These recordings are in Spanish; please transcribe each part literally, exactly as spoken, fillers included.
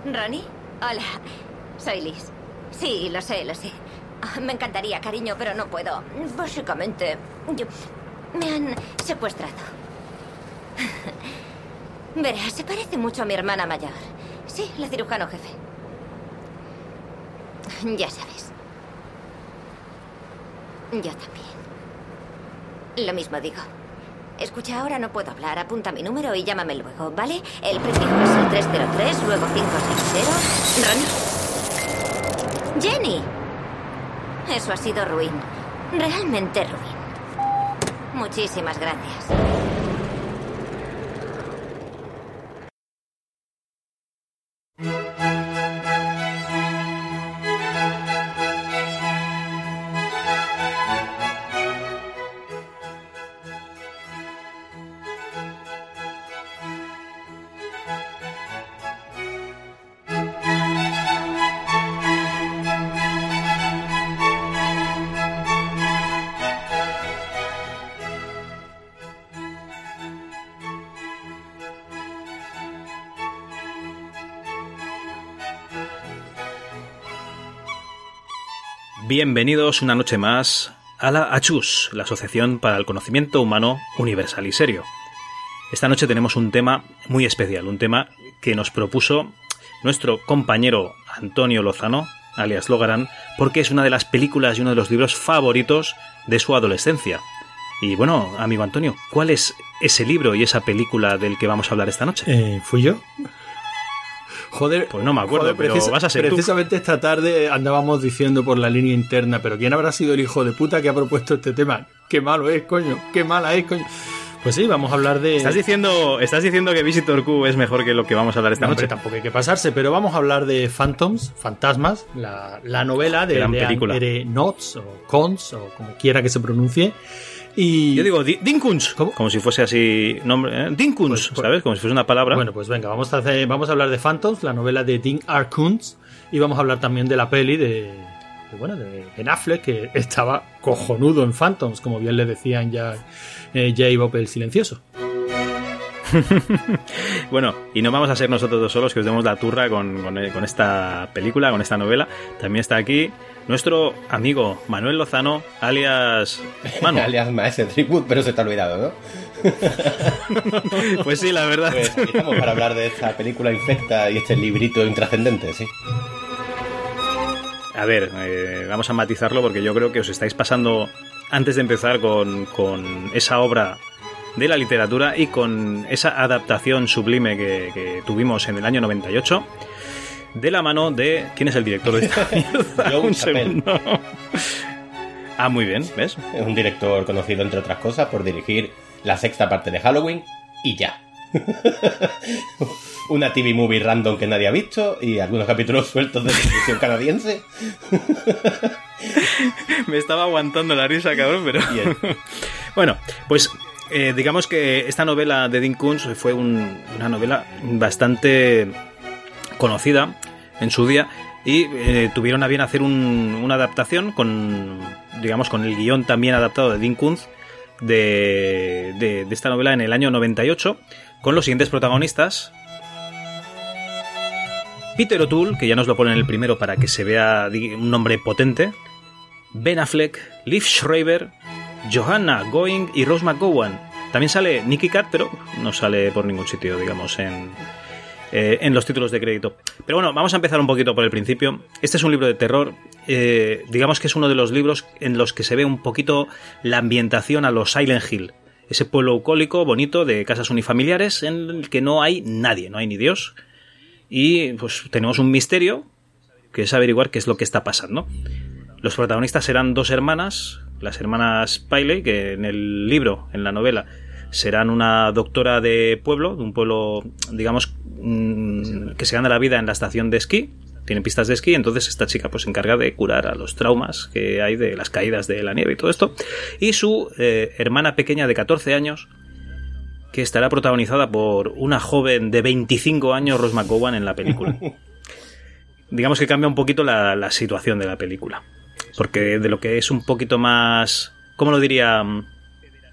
¿Ronnie? Hola, soy Liz. Sí, lo sé, lo sé. Me encantaría, cariño, pero no puedo. Básicamente, yo... me han secuestrado. Verás, se parece mucho a mi hermana mayor. Sí, la cirujano jefe. Ya sabes. Yo también. Lo mismo digo. Escucha, ahora no puedo hablar. Apunta mi número y llámame luego, ¿vale? El prefijo es el tres cero tres, luego cinco seis cero. ¡Ronnie! ¡Jenny! Eso ha sido ruin. Realmente ruin. Muchísimas gracias. Bienvenidos una noche más a la A C H U S, la Asociación para el Conocimiento Humano Universal y Serio. Esta noche tenemos un tema muy especial, un tema que nos propuso nuestro compañero Antonio Lozano, alias Logarán, porque es una de las películas y uno de los libros favoritos de su adolescencia. Y bueno, amigo Antonio, ¿cuál es ese libro y esa película del que vamos a hablar esta noche? Eh, ¿Fui yo? Joder, pues no me acuerdo, joder, pero precis- vas a ser tú. Precisamente esta tarde andábamos diciendo por la línea interna, pero ¿quién habrá sido el hijo de puta que ha propuesto este tema? ¡Qué malo es, coño! ¡Qué mala es, coño! Pues sí, vamos a hablar de... ¿Estás diciendo, estás diciendo que Visitor Q es mejor que lo que vamos a hablar esta no, noche? Hombre, tampoco hay que pasarse, pero vamos a hablar de Phantoms, Fantasmas, la, la novela de Leanne Knowles, o Cons, o como quiera que se pronuncie. Y... Yo digo Dinkuns, ¿Cómo? Como si fuese así nombre, ¿eh? Dinkuns, pues, pues, ¿sabes? Como si fuese una palabra. Bueno, pues venga, vamos a hacer, vamos a hablar de Phantoms, la novela de Dean R. Koontz, y vamos a hablar también de la peli de, de bueno, de Ben Affleck, que estaba cojonudo en Phantoms, como bien le decían ya eh, Jay Bob el Silencioso. Bueno, y no vamos a ser nosotros dos solos que os demos la turra con, con, con esta película, con esta novela. También está aquí nuestro amigo Manuel Lozano, alias Manu. alias Maese Tripwood, pero se te ha olvidado, ¿no? Pues sí, la verdad. Pues aquí estamos para hablar de esta película infecta y este librito intrascendente, sí. A ver, eh, vamos a matizarlo porque yo creo que os estáis pasando, antes de empezar con, con esa obra de la literatura y con esa adaptación sublime que, que tuvimos en el año noventa y ocho, de la mano de... ¿Quién es el director de esta mierda? Joe Un Chappelle. segundo. Ah, muy bien, ¿ves? Es un director conocido, entre otras cosas, por dirigir la sexta parte de Halloween y ya. Una T V movie random que nadie ha visto y algunos capítulos sueltos de televisión canadiense. Me estaba aguantando la risa, cabrón, pero... Bueno, pues... Eh, digamos que esta novela de Dean Koontz fue un, una novela bastante conocida en su día y eh, tuvieron a bien hacer un, una adaptación con, digamos, con el guión también adaptado de Dean Koontz de, de, de esta novela en el año noventa y ocho, con los siguientes protagonistas: Peter O'Toole, que ya nos lo pone en el primero para que se vea un nombre potente, Ben Affleck, Liv Schreiber, Johanna Going y Rose McGowan. También sale Nicky Cat, pero no sale por ningún sitio, digamos, en, eh, en los títulos de crédito. Pero bueno, vamos a empezar un poquito por el principio. Este es un libro de terror. Eh, digamos que es uno de los libros en los que se ve un poquito la ambientación a los Silent Hill. Ese pueblo bucólico, bonito, de casas unifamiliares, en el que no hay nadie, no hay ni Dios. Y pues tenemos un misterio, que es averiguar qué es lo que está pasando. Los protagonistas serán dos hermanas, las hermanas Piley, que en el libro, en la novela, serán una doctora de pueblo, de un pueblo, digamos, mmm, que se gana la vida en la estación de esquí, tienen pistas de esquí, entonces esta chica pues se encarga de curar a los traumas que hay de las caídas de la nieve y todo esto, y su eh, hermana pequeña de catorce años, que estará protagonizada por una joven de veinticinco años, Rose McGowan, en la película. Digamos que cambia un poquito la, la situación de la película. Porque de lo que es un poquito más... ¿Cómo lo diría?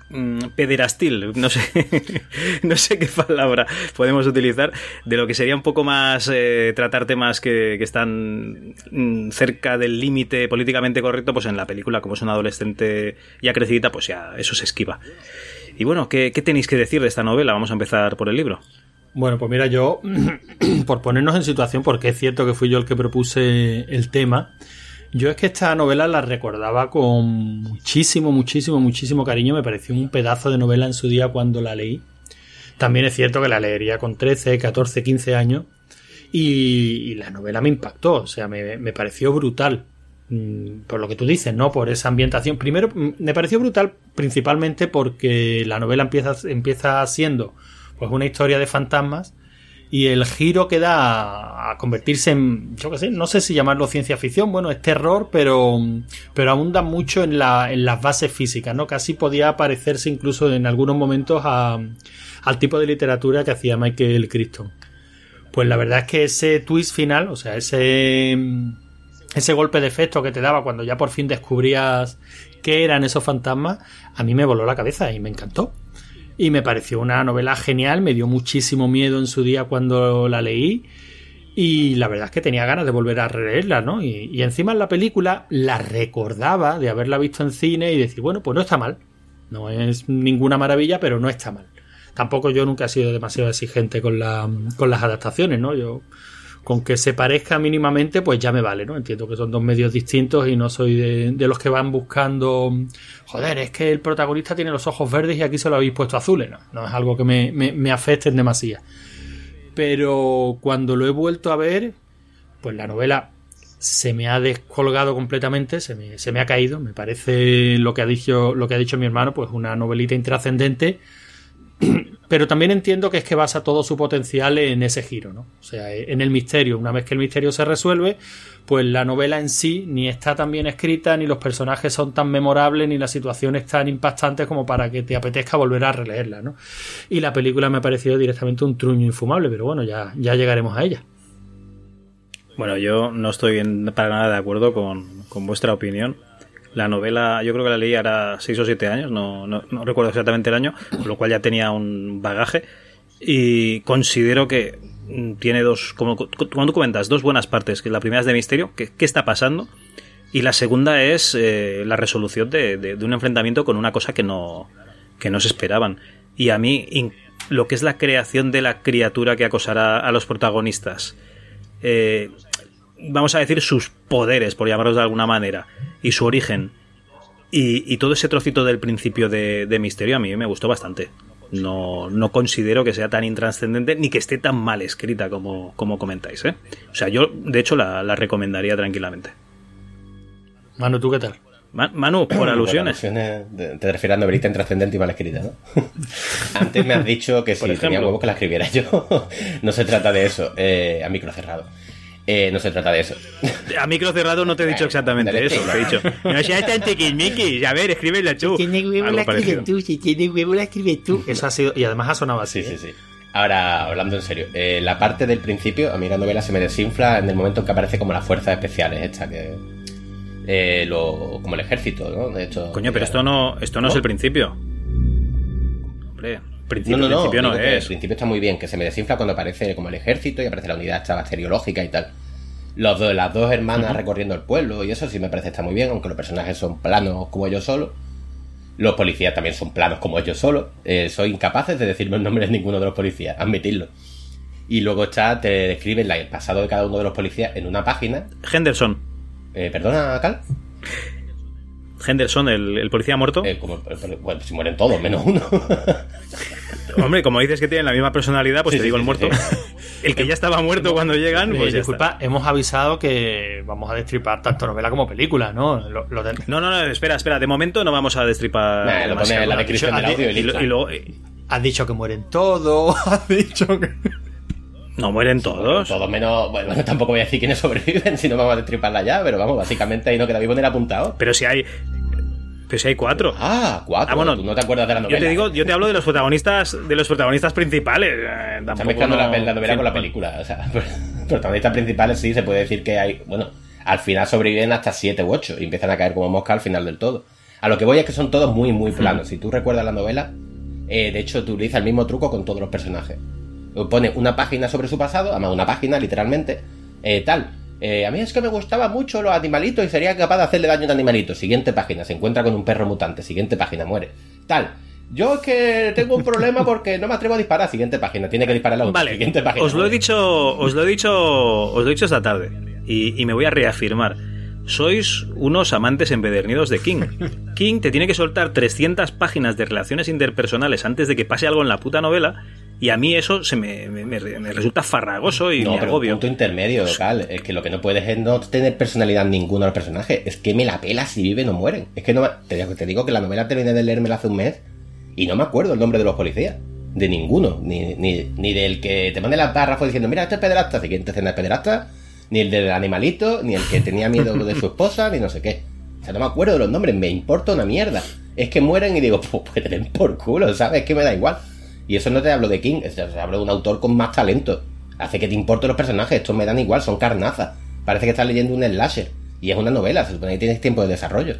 pederastil, no sé, no sé qué palabra podemos utilizar, de lo que sería un poco más eh, tratar temas que, que están mm, cerca del límite políticamente correcto, pues en la película, como es una adolescente ya crecidita, pues ya eso se esquiva. Y bueno, ¿qué, qué tenéis que decir de esta novela? Vamos a empezar por el libro. Bueno, pues mira, yo, por ponernos en situación, porque es cierto que fui yo el que propuse el tema, yo es que esta novela la recordaba con muchísimo, muchísimo, muchísimo cariño. Me pareció un pedazo de novela en su día cuando la leí. También es cierto que la leería con trece, catorce, quince años. Y, y la novela me impactó. O sea, me, me pareció brutal. Por lo que tú dices, ¿no? Por esa ambientación. Primero, me pareció brutal principalmente porque la novela empieza, empieza siendo pues una historia de fantasmas. Y el giro que da a convertirse en, yo qué sé, no sé si llamarlo ciencia ficción, bueno, es terror, pero, pero abunda mucho en, la, en las bases físicas, ¿no? Casi podía parecerse incluso en algunos momentos a, al tipo de literatura que hacía Michael Crichton. Pues la verdad es que ese twist final, o sea, ese, ese golpe de efecto que te daba cuando ya por fin descubrías qué eran esos fantasmas, a mí me voló la cabeza y me encantó. Y me pareció una novela genial, me dio muchísimo miedo en su día cuando la leí y la verdad es que tenía ganas de volver a releerla, ¿no? Y, y encima en la película la recordaba de haberla visto en cine y decir, bueno, pues no está mal, no es ninguna maravilla, pero no está mal. Tampoco yo nunca he sido demasiado exigente con, la, con las adaptaciones, ¿no? Yo con que se parezca mínimamente, pues ya me vale, ¿no? Entiendo que son dos medios distintos y no soy de, de los que van buscando, joder, es que el protagonista tiene los ojos verdes y aquí se lo habéis puesto azules, ¿no? No es algo que me, me, me afecte en demasía. Pero cuando lo he vuelto a ver, pues la novela se me ha descolgado completamente, se me, se me ha caído, me parece lo que ha dicho, lo que ha dicho mi hermano, pues una novelita intrascendente. Pero también entiendo que es que basa todo su potencial en ese giro, ¿no? O sea, en el misterio. Una vez que el misterio se resuelve, pues la novela en sí ni está tan bien escrita, ni los personajes son tan memorables, ni las situaciones tan impactantes como para que te apetezca volver a releerla, ¿no? Y la película me ha parecido directamente un truño infumable, pero bueno, ya, ya llegaremos a ella. Bueno, yo no estoy en, para nada de acuerdo con, con vuestra opinión. La novela, yo creo que la leí ahora seis o siete años, no, no, no recuerdo exactamente el año, con lo cual ya tenía un bagaje y considero que tiene dos, como, como tú comentas, dos buenas partes, que la primera es de misterio, que, qué está pasando, y la segunda es eh, la resolución de, de, de un enfrentamiento con una cosa que no, que no se esperaban. Y a mí, in, lo que es la creación de la criatura que acosará a los protagonistas, eh, vamos a decir sus poderes, por llamarlos de alguna manera, y su origen, y, y todo ese trocito del principio de, de misterio a mí me gustó bastante. No, no considero que sea tan intrascendente ni que esté tan mal escrita como, como comentáis, ¿eh? O sea, yo de hecho la, la recomendaría tranquilamente. Manu, ¿tú qué tal? Ma- Manu, por alusiones. Por alusiones te refieres a novelita intrascendente y mal escrita, ¿no? Antes me has dicho que si tenía huevos que la escribiera yo. No se trata de eso, eh, a micro cerrado. Eh, no se trata de eso. A micro cerrado no te he dicho exactamente Dale, eso. Te he dicho, no seas tan tiquismiquis. A ver, escríbela tú. Si tiene huevo la escribes tú. Si tiene huevo la escribes tú. Eso ha sido, y además ha sonado así. Sí, ¿eh? sí, sí. Ahora, hablando en serio, eh, la parte del principio, a mí la novela se me desinfla en el momento en que aparece como las fuerzas especiales, esta que... Eh, lo, como el ejército, ¿no? De hecho, coño, pero esto no, esto no, no es el principio. Hombre... Principio, no, no, no, principio no es. El principio está muy bien, que se me desinfla cuando aparece como el ejército y aparece la unidad esta bacteriológica y tal. Los dos, las dos hermanas uh-huh. recorriendo el pueblo y eso sí me parece está muy bien, aunque los personajes son planos como ellos solos. Los policías también son planos como ellos solos. Eh, soy incapaces de decirme el nombre de ninguno de los policías, admitidlo. Y luego está, te describen el pasado de cada uno de los policías en una página. Henderson. Eh, ¿Perdona, Cal? Henderson, el, el policía muerto. Eh, como, bueno, si mueren todos, menos uno. Hombre, como dices que tienen la misma personalidad, pues sí, te sí, digo sí, el muerto. Sí. El que ya estaba muerto cuando llegan, pues eh, disculpa, está. Hemos avisado que vamos a destripar tanto novela como película, ¿no? Lo, lo de... No, no, no, espera, espera. De momento no vamos a destripar. Nah, lo pone en la descripción del audio y, y, y luego. Y... Has dicho que mueren todos. Has dicho que. No mueren todos. Todos menos. Bueno, tampoco voy a decir quiénes sobreviven, si no vamos a destriparla ya, pero vamos, básicamente ahí no queda vivo ni el apuntado. Pero si hay. Pero si hay cuatro. Ah, cuatro. Ah, bueno, tú no te acuerdas de la novela. Yo te digo, yo te hablo de los protagonistas, de los protagonistas principales. Eh, Estás mezclando no... la, la novela con la película. O sea, protagonistas principales sí, se puede decir que hay. Bueno, al final sobreviven hasta siete u ocho y empiezan a caer como mosca al final del todo. A lo que voy es que son todos muy, muy planos. Si tú recuerdas la novela, eh, de hecho, tú utilizas el mismo truco con todos los personajes. Pone una página sobre su pasado, además una página, literalmente, eh, tal. Eh, a mí es que me gustaban mucho los animalitos y sería capaz de hacerle daño a un animalito. Siguiente página, se encuentra con un perro mutante. Siguiente página, muere. Tal. Yo es que tengo un problema porque no me atrevo a disparar. Siguiente página, tiene que disparar a otro. Vale, Siguiente página, os lo he dicho, os lo he dicho, os lo he dicho esta tarde y, y me voy a reafirmar. Sois unos amantes empedernidos de King. King te tiene que soltar trescientas páginas de relaciones interpersonales antes de que pase algo en la puta novela. Y a mí eso se me, me, me resulta farragoso y no, me pero agobio. Un punto intermedio, Cal. Es que lo que no puedes es no tener personalidad ninguno de los personajes. Es que me la pela si viven o mueren. Es que no te, te digo que la novela terminé de leérmela hace un mes y no me acuerdo el nombre de los policías. De ninguno. Ni, ni, ni del que te mande la párrafo diciendo, mira, este es pederasta, siguiente escena es pederasta. Ni el del animalito, ni el que tenía miedo de su esposa, ni no sé qué. O sea, no me acuerdo de los nombres, me importa una mierda. Es que mueren y digo, pues, pues te den por culo, ¿sabes? Es que me da igual. Y eso no te hablo de King, te hablo de un autor con más talento. Hace que te importen los personajes, estos me dan igual, son carnazas. Parece que estás leyendo un slasher. Y es una novela, se supone que tienes tiempo de desarrollo.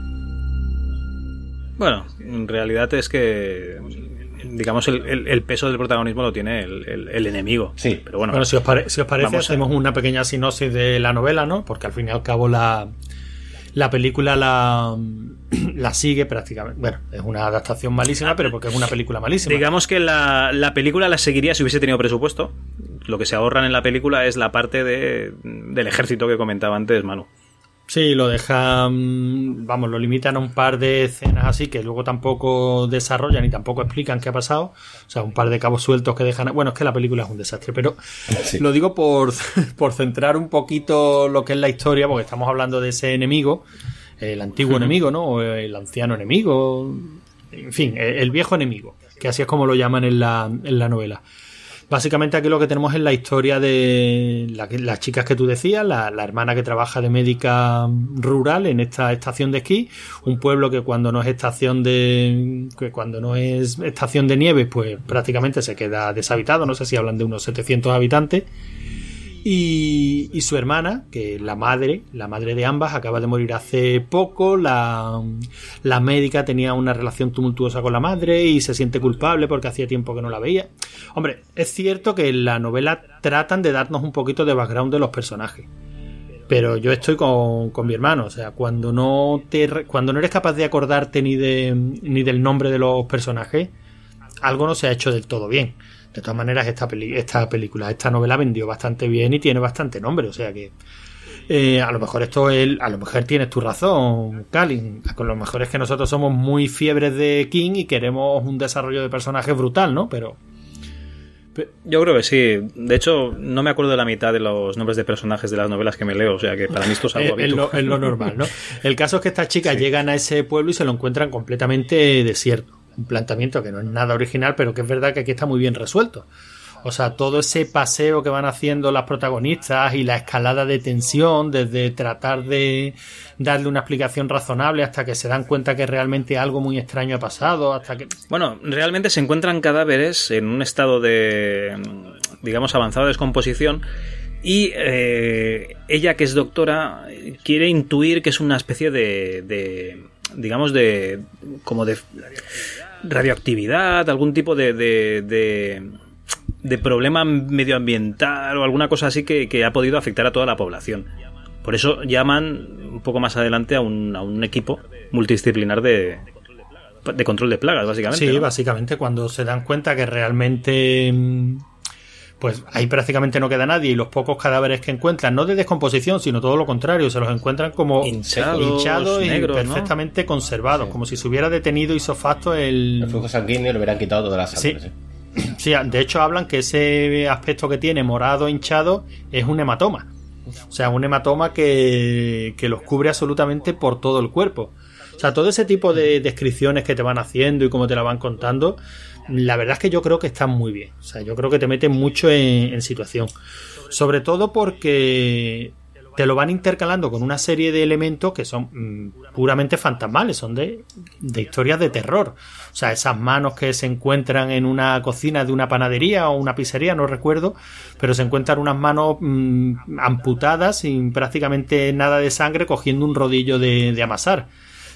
Bueno, en realidad es que, digamos, el, el, el peso del protagonismo lo tiene el, el, el enemigo. Sí. Pero bueno, bueno si, os pare, si os parece, hacemos a... una pequeña sinopsis de la novela, ¿no? Porque al fin y al cabo la, la película la, la sigue prácticamente. Bueno, es una adaptación malísima, pero porque es una película malísima. Digamos que la, la película la seguiría si hubiese tenido presupuesto. Lo que se ahorran en la película es la parte de, del ejército que comentaba antes Manu. Sí, lo dejan, vamos, lo limitan a un par de escenas así que luego tampoco desarrollan y tampoco explican qué ha pasado. O sea, un par de cabos sueltos que dejan. Bueno, es que la película es un desastre, pero sí. Lo digo por, por centrar un poquito lo que es la historia, porque estamos hablando de ese enemigo, el antiguo enemigo, ¿no? O el anciano enemigo, en fin, el viejo enemigo, que así es como lo llaman en la, en la novela. Básicamente aquí lo que tenemos es la historia de la, las chicas que tú decías, la, la hermana que trabaja de médica rural en esta estación de esquí, un pueblo que cuando no es estación de que cuando no es estación de nieve, pues prácticamente se queda deshabitado, no sé si hablan de unos setecientos habitantes. Y, y su hermana, que la madre, la madre de ambas, acaba de morir hace poco. La, la médica tenía una relación tumultuosa con la madre y se siente culpable porque hacía tiempo que no la veía. Hombre, es cierto que en la novela tratan de darnos un poquito de background de los personajes. Pero yo estoy con, con mi hermano, o sea, cuando no te cuando no eres capaz de acordarte ni de ni del nombre de los personajes, algo no se ha hecho del todo bien. De todas maneras, esta, peli- esta película, esta novela vendió bastante bien y tiene bastante nombre, o sea que eh, a lo mejor esto es, a lo mejor tienes tu razón, Calin, a lo mejor es que nosotros somos muy fiebres de King y queremos un desarrollo de personajes brutal, ¿no? Pero yo creo que sí. De hecho, no me acuerdo de la mitad de los nombres de personajes de las novelas que me leo, o sea que para mí esto es algo habitual. Es lo, es lo normal, ¿no? El caso es que estas chicas sí. llegan a ese pueblo y se lo encuentran completamente desierto. Un planteamiento que no es nada original, pero que es verdad que aquí está muy bien resuelto. O sea, todo ese paseo que van haciendo las protagonistas y la escalada de tensión, desde tratar de darle una explicación razonable hasta que se dan cuenta que realmente algo muy extraño ha pasado, hasta que... Bueno, realmente se encuentran cadáveres en un estado de, digamos, avanzado de descomposición y eh, ella, que es doctora, quiere intuir que es una especie de... de digamos, de... como de... radioactividad, algún tipo de, de, de, de problema medioambiental o alguna cosa así que, que ha podido afectar a toda la población. Por eso llaman un poco más adelante a un, a un equipo multidisciplinar de, de control de plagas, básicamente. Sí, ¿no? Básicamente cuando se dan cuenta que realmente pues ahí prácticamente no queda nadie y los pocos cadáveres que encuentran, no de descomposición, sino todo lo contrario, se los encuentran como hinchados, hinchados y negros, perfectamente ¿no? conservados, sí. Como si se hubiera detenido isofacto el... el flujo sanguíneo, le hubieran quitado toda la sangre. Sí. Sí. Sí, de hecho hablan que ese aspecto que tiene morado hinchado es un hematoma. O sea, un hematoma que, que los cubre absolutamente por todo el cuerpo. O sea, todo ese tipo de descripciones que te van haciendo y cómo te la van contando, la verdad es que yo creo que están muy bien. O sea, yo creo que te meten mucho en, en situación. Sobre todo porque te lo van intercalando con una serie de elementos que son mmm, puramente fantasmales, son de, de historias de terror. O sea, esas manos que se encuentran en una cocina de una panadería o una pizzería, no recuerdo, pero se encuentran unas manos mmm, amputadas sin prácticamente nada de sangre cogiendo un rodillo de, de amasar.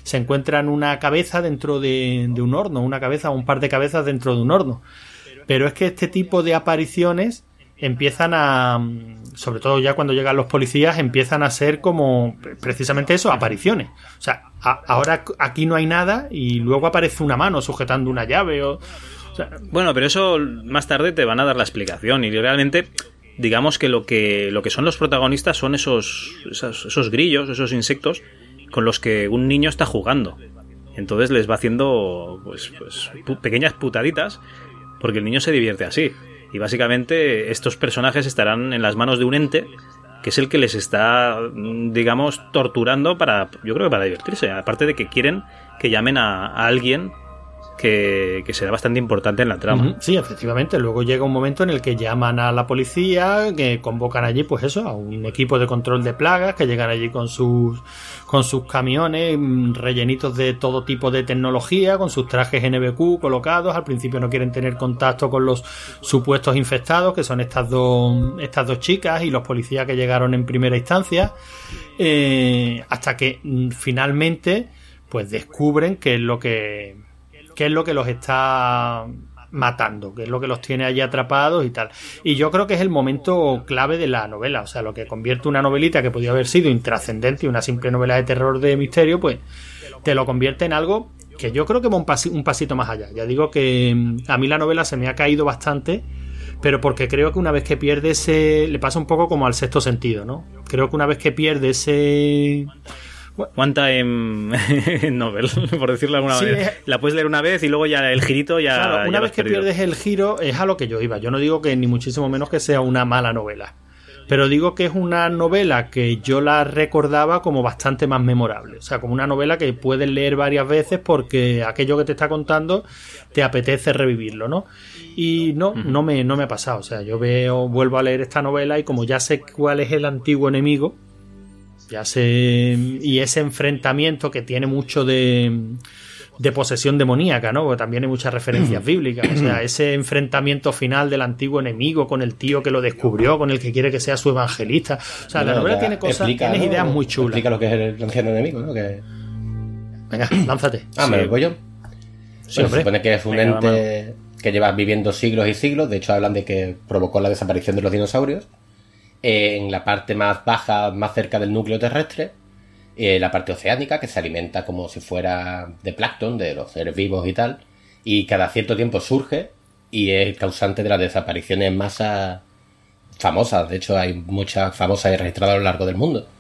se encuentran una cabeza dentro de, de un horno, una cabeza o un par de cabezas dentro de un horno. Pero es que este tipo de apariciones empiezan a, sobre todo ya cuando llegan los policías, empiezan a ser como precisamente eso, apariciones. O sea, a, ahora aquí no hay nada y luego aparece una mano sujetando una llave o, o sea, bueno, pero eso más tarde te van a dar la explicación y realmente digamos que lo que lo que son los protagonistas son esos esos, esos grillos, esos insectos con los que un niño está jugando. Entonces les va haciendo pues, pues pu- pequeñas putaditas porque el niño se divierte así. Y básicamente estos personajes estarán en las manos de un ente que es el que les está, digamos, torturando para, yo creo que para divertirse. Aparte de que quieren que llamen a, a alguien que, que será bastante importante en la trama. Uh-huh. Sí, efectivamente. Luego llega un momento en el que llaman a la policía, que convocan allí, pues eso, a un equipo de control de plagas, que llegan allí con sus con sus camiones rellenitos de todo tipo de tecnología, con sus trajes N B Q colocados. Al principio no quieren tener contacto con los supuestos infectados, que son estas dos estas dos chicas y los policías que llegaron en primera instancia, eh, hasta que finalmente pues descubren qué es lo que qué es lo que los está matando, qué es lo que los tiene allí atrapados y tal. Y yo creo que es el momento clave de la novela, o sea, lo que convierte una novelita que podía haber sido intrascendente y una simple novela de terror de misterio, pues te lo convierte en algo que yo creo que va un, pasi- un pasito más allá. Ya digo que a mí la novela se me ha caído bastante, pero porque creo que una vez que pierde ese... le pasa un poco como al Sexto Sentido, ¿no? Creo que una vez que pierde ese... One time novel, por decirlo de alguna Sí, manera. es... La puedes leer una vez y luego ya el girito ya. Claro, una ya vez que perdido. pierdes el giro es a lo que yo iba. Yo no digo que ni muchísimo menos que sea una mala novela, pero digo que es una novela que yo la recordaba como bastante más memorable. O sea, como una novela que puedes leer varias veces porque aquello que te está contando te apetece revivirlo, ¿no? Y no, uh-huh. no me, no me ha pasado. O sea, yo veo, vuelvo a leer esta novela y como ya sé cuál es el antiguo enemigo, ya sé, y ese enfrentamiento que tiene mucho de, de posesión demoníaca, ¿no? Porque también hay muchas referencias bíblicas. O sea, ese enfrentamiento final del antiguo enemigo con el tío que lo descubrió, con el que quiere que sea su evangelista. O sea, bueno, la novela tiene cosas, explica, tiene ¿no? ideas muy chulas. Explica lo que es el anciano enemigo, ¿no? Que... Venga, lánzate. Ah, sí. me lo voy yo. Sí, bueno, se supone que es un Venga, ente vamos. que lleva viviendo siglos y siglos. De hecho, hablan de que provocó la desaparición de los dinosaurios. Eh, en la parte más baja, más cerca del núcleo terrestre, eh, la parte oceánica, que se alimenta como si fuera de plancton, de los seres vivos y tal, y cada cierto tiempo surge y es causante de las desapariciones en masa famosas. De hecho, hay muchas famosas registradas a lo largo del mundo.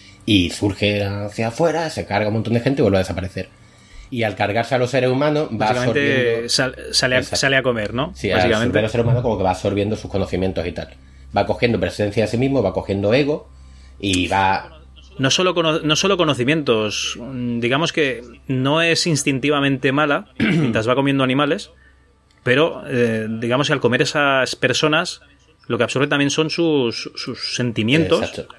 Y surge hacia afuera, se carga un montón de gente y vuelve a desaparecer. Y al cargarse a los seres humanos va absorbiendo... Sal, sale, a, sale a comer, ¿no? Sí, básicamente. A los seres humanos como que va absorbiendo sus conocimientos y tal. Va cogiendo presencia de sí mismo, va cogiendo ego y va... No solo, cono- no solo conocimientos, digamos que no es instintivamente mala mientras va comiendo animales, pero eh, digamos que al comer esas personas lo que absorbe también son sus, sus sentimientos. Exacto.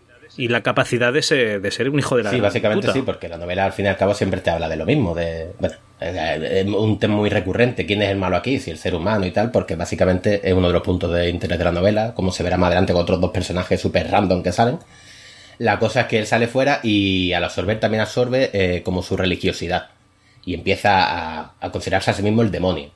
Y la capacidad de ser, de ser un hijo de la Sí, básicamente puta. sí, porque la novela al fin y al cabo siempre te habla de lo mismo, de bueno, es un tema muy recurrente, quién es el malo aquí, si el ser humano y tal, porque básicamente es uno de los puntos de interés de la novela, como se verá más adelante con otros dos personajes súper random que salen. La cosa es que él sale fuera y al absorber también absorbe eh, como su religiosidad y empieza a, a considerarse a sí mismo el demonio.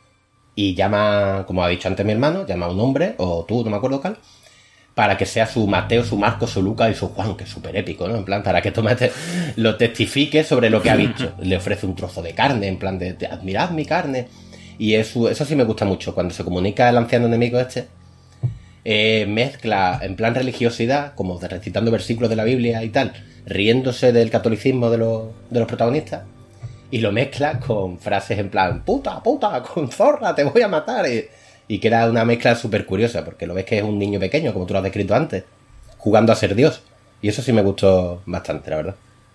Y llama, como ha dicho antes mi hermano, llama a un hombre, o tú, no me acuerdo cuál, para que sea su Mateo, su Marcos, su Lucas y su Juan, que es súper épico, ¿no? En plan, para que tome te- lo testifique sobre lo que ha visto. Le ofrece un trozo de carne, en plan de, de admirad mi carne. Y eso, eso sí me gusta mucho. Cuando se comunica el anciano enemigo este, eh, mezcla en plan religiosidad, como de recitando versículos de la Biblia y tal, riéndose del catolicismo de los, de los protagonistas, y lo mezcla con frases en plan, puta, puta, con zorra, te voy a matar. Y, Y queda una mezcla súper curiosa, porque lo ves que es un niño pequeño, como tú lo has descrito antes, jugando a ser Dios. Y eso sí me gustó bastante, la verdad.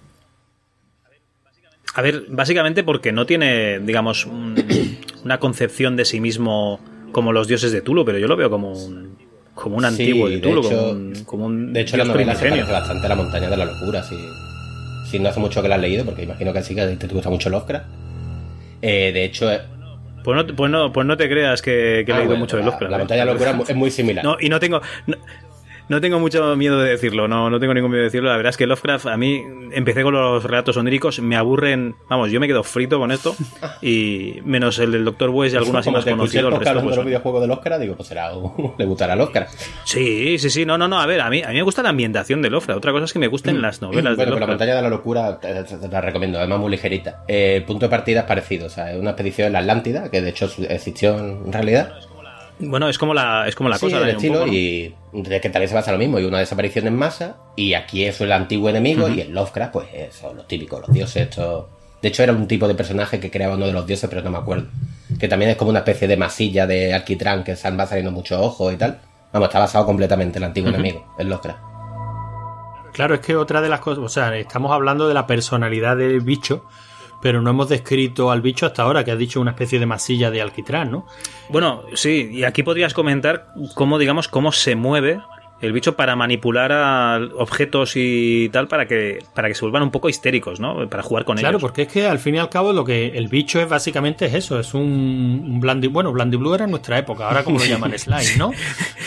A ver, básicamente porque no tiene, digamos, un, una concepción de sí mismo como los dioses de Tulu, pero yo lo veo como un, como un antiguo sí, de Tulu, de hecho, como un, como un de hecho la dios novela se primigenio. parece bastante a La montaña de la locura, si, si no hace mucho que la has leído, porque imagino que sí, que te gusta mucho Lovecraft. Eh, de hecho... Pues no, pues no, pues no te creas que, que he ah, leído bueno, mucho de la, Lovecraft. La montaña de la locura es muy similar. No, y no tengo... No, No tengo mucho miedo de decirlo, no, no tengo ningún miedo de decirlo. La verdad es que Lovecraft, a mí, empecé con los relatos oníricos, me aburren, vamos, yo me quedo frito con esto, y menos el del doctor West y algunos así más conocidos. El resto, pues, de los videojuegos del Oscar, digo, pues será, le gustará al Oscar. Sí, sí, sí, no, no, no, a ver, a mí, a mí me gusta la ambientación de Lovecraft, otra cosa es que me gusten las novelas. Bueno, de pero La Montaña de la Locura te, te, te la recomiendo, además muy ligerita. Eh, el punto de partida es parecido, o sea, es una expedición en la Atlántida, que de hecho existió en realidad. Bueno, es como la, es como la sí, cosa el de estilo, poco, ¿no? Y de que también se basa lo mismo, y una desaparición en masa, y aquí es el antiguo enemigo, uh-huh. Y en Lovecraft, pues eso, los típicos, los dioses, estos. De hecho, era un tipo de personaje que creaba uno de los dioses, pero no me acuerdo. Que también es como una especie de masilla de alquitrán que se va saliendo muchos ojos y tal. Vamos, está basado completamente en el antiguo uh-huh. enemigo, en Lovecraft. Claro, es que otra de las cosas, o sea, estamos hablando de la personalidad del bicho, pero no hemos descrito al bicho hasta ahora, que has dicho una especie de masilla de alquitrán, ¿no? Bueno, sí, y aquí podrías comentar cómo, digamos, cómo se mueve el bicho para manipular a objetos y tal para que para que se vuelvan un poco histéricos, ¿no? Para jugar con claro, ellos. Claro, porque es que al fin y al cabo lo que el bicho es básicamente es eso, es un, un Blandy, bueno, Blandy Blue era en nuestra época, ahora como lo llaman slime, ¿no?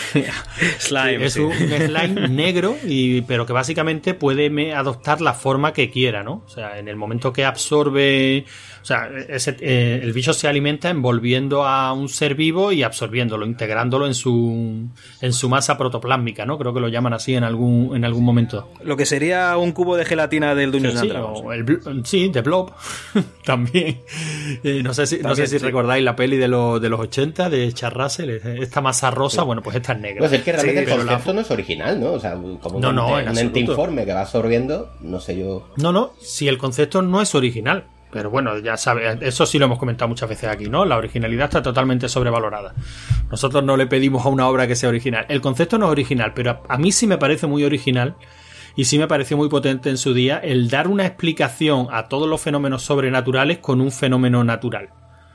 Slime, es sí. un slime negro y pero que básicamente puede adoptar la forma que quiera, ¿no? O sea, en el momento que absorbe, o sea, ese, eh, el bicho se alimenta envolviendo a un ser vivo y absorbiéndolo, integrándolo en su en su masa protoplásmica, ¿no? Creo que lo llaman así en algún en algún momento. Lo que sería un cubo de gelatina del Dungeons sí, and Dragons. O el, sí, de Blob también. Eh, no sé si también, no sé si sí. recordáis la peli de los de los ochenta de Charles Russell, esta masa rosa, sí. Bueno, pues esta es negra. Pues es que realmente sí, el concepto la... no es original, ¿no? O sea, como no, un, no, un ente informe que va absorbiendo, no sé yo. No, no, si el concepto no es original. Pero bueno, ya sabes, eso sí lo hemos comentado muchas veces aquí, ¿no? La originalidad está totalmente sobrevalorada. Nosotros no le pedimos a una obra que sea original. El concepto no es original, pero a, a mí sí me parece muy original y sí me pareció muy potente en su día el dar una explicación a todos los fenómenos sobrenaturales con un fenómeno natural.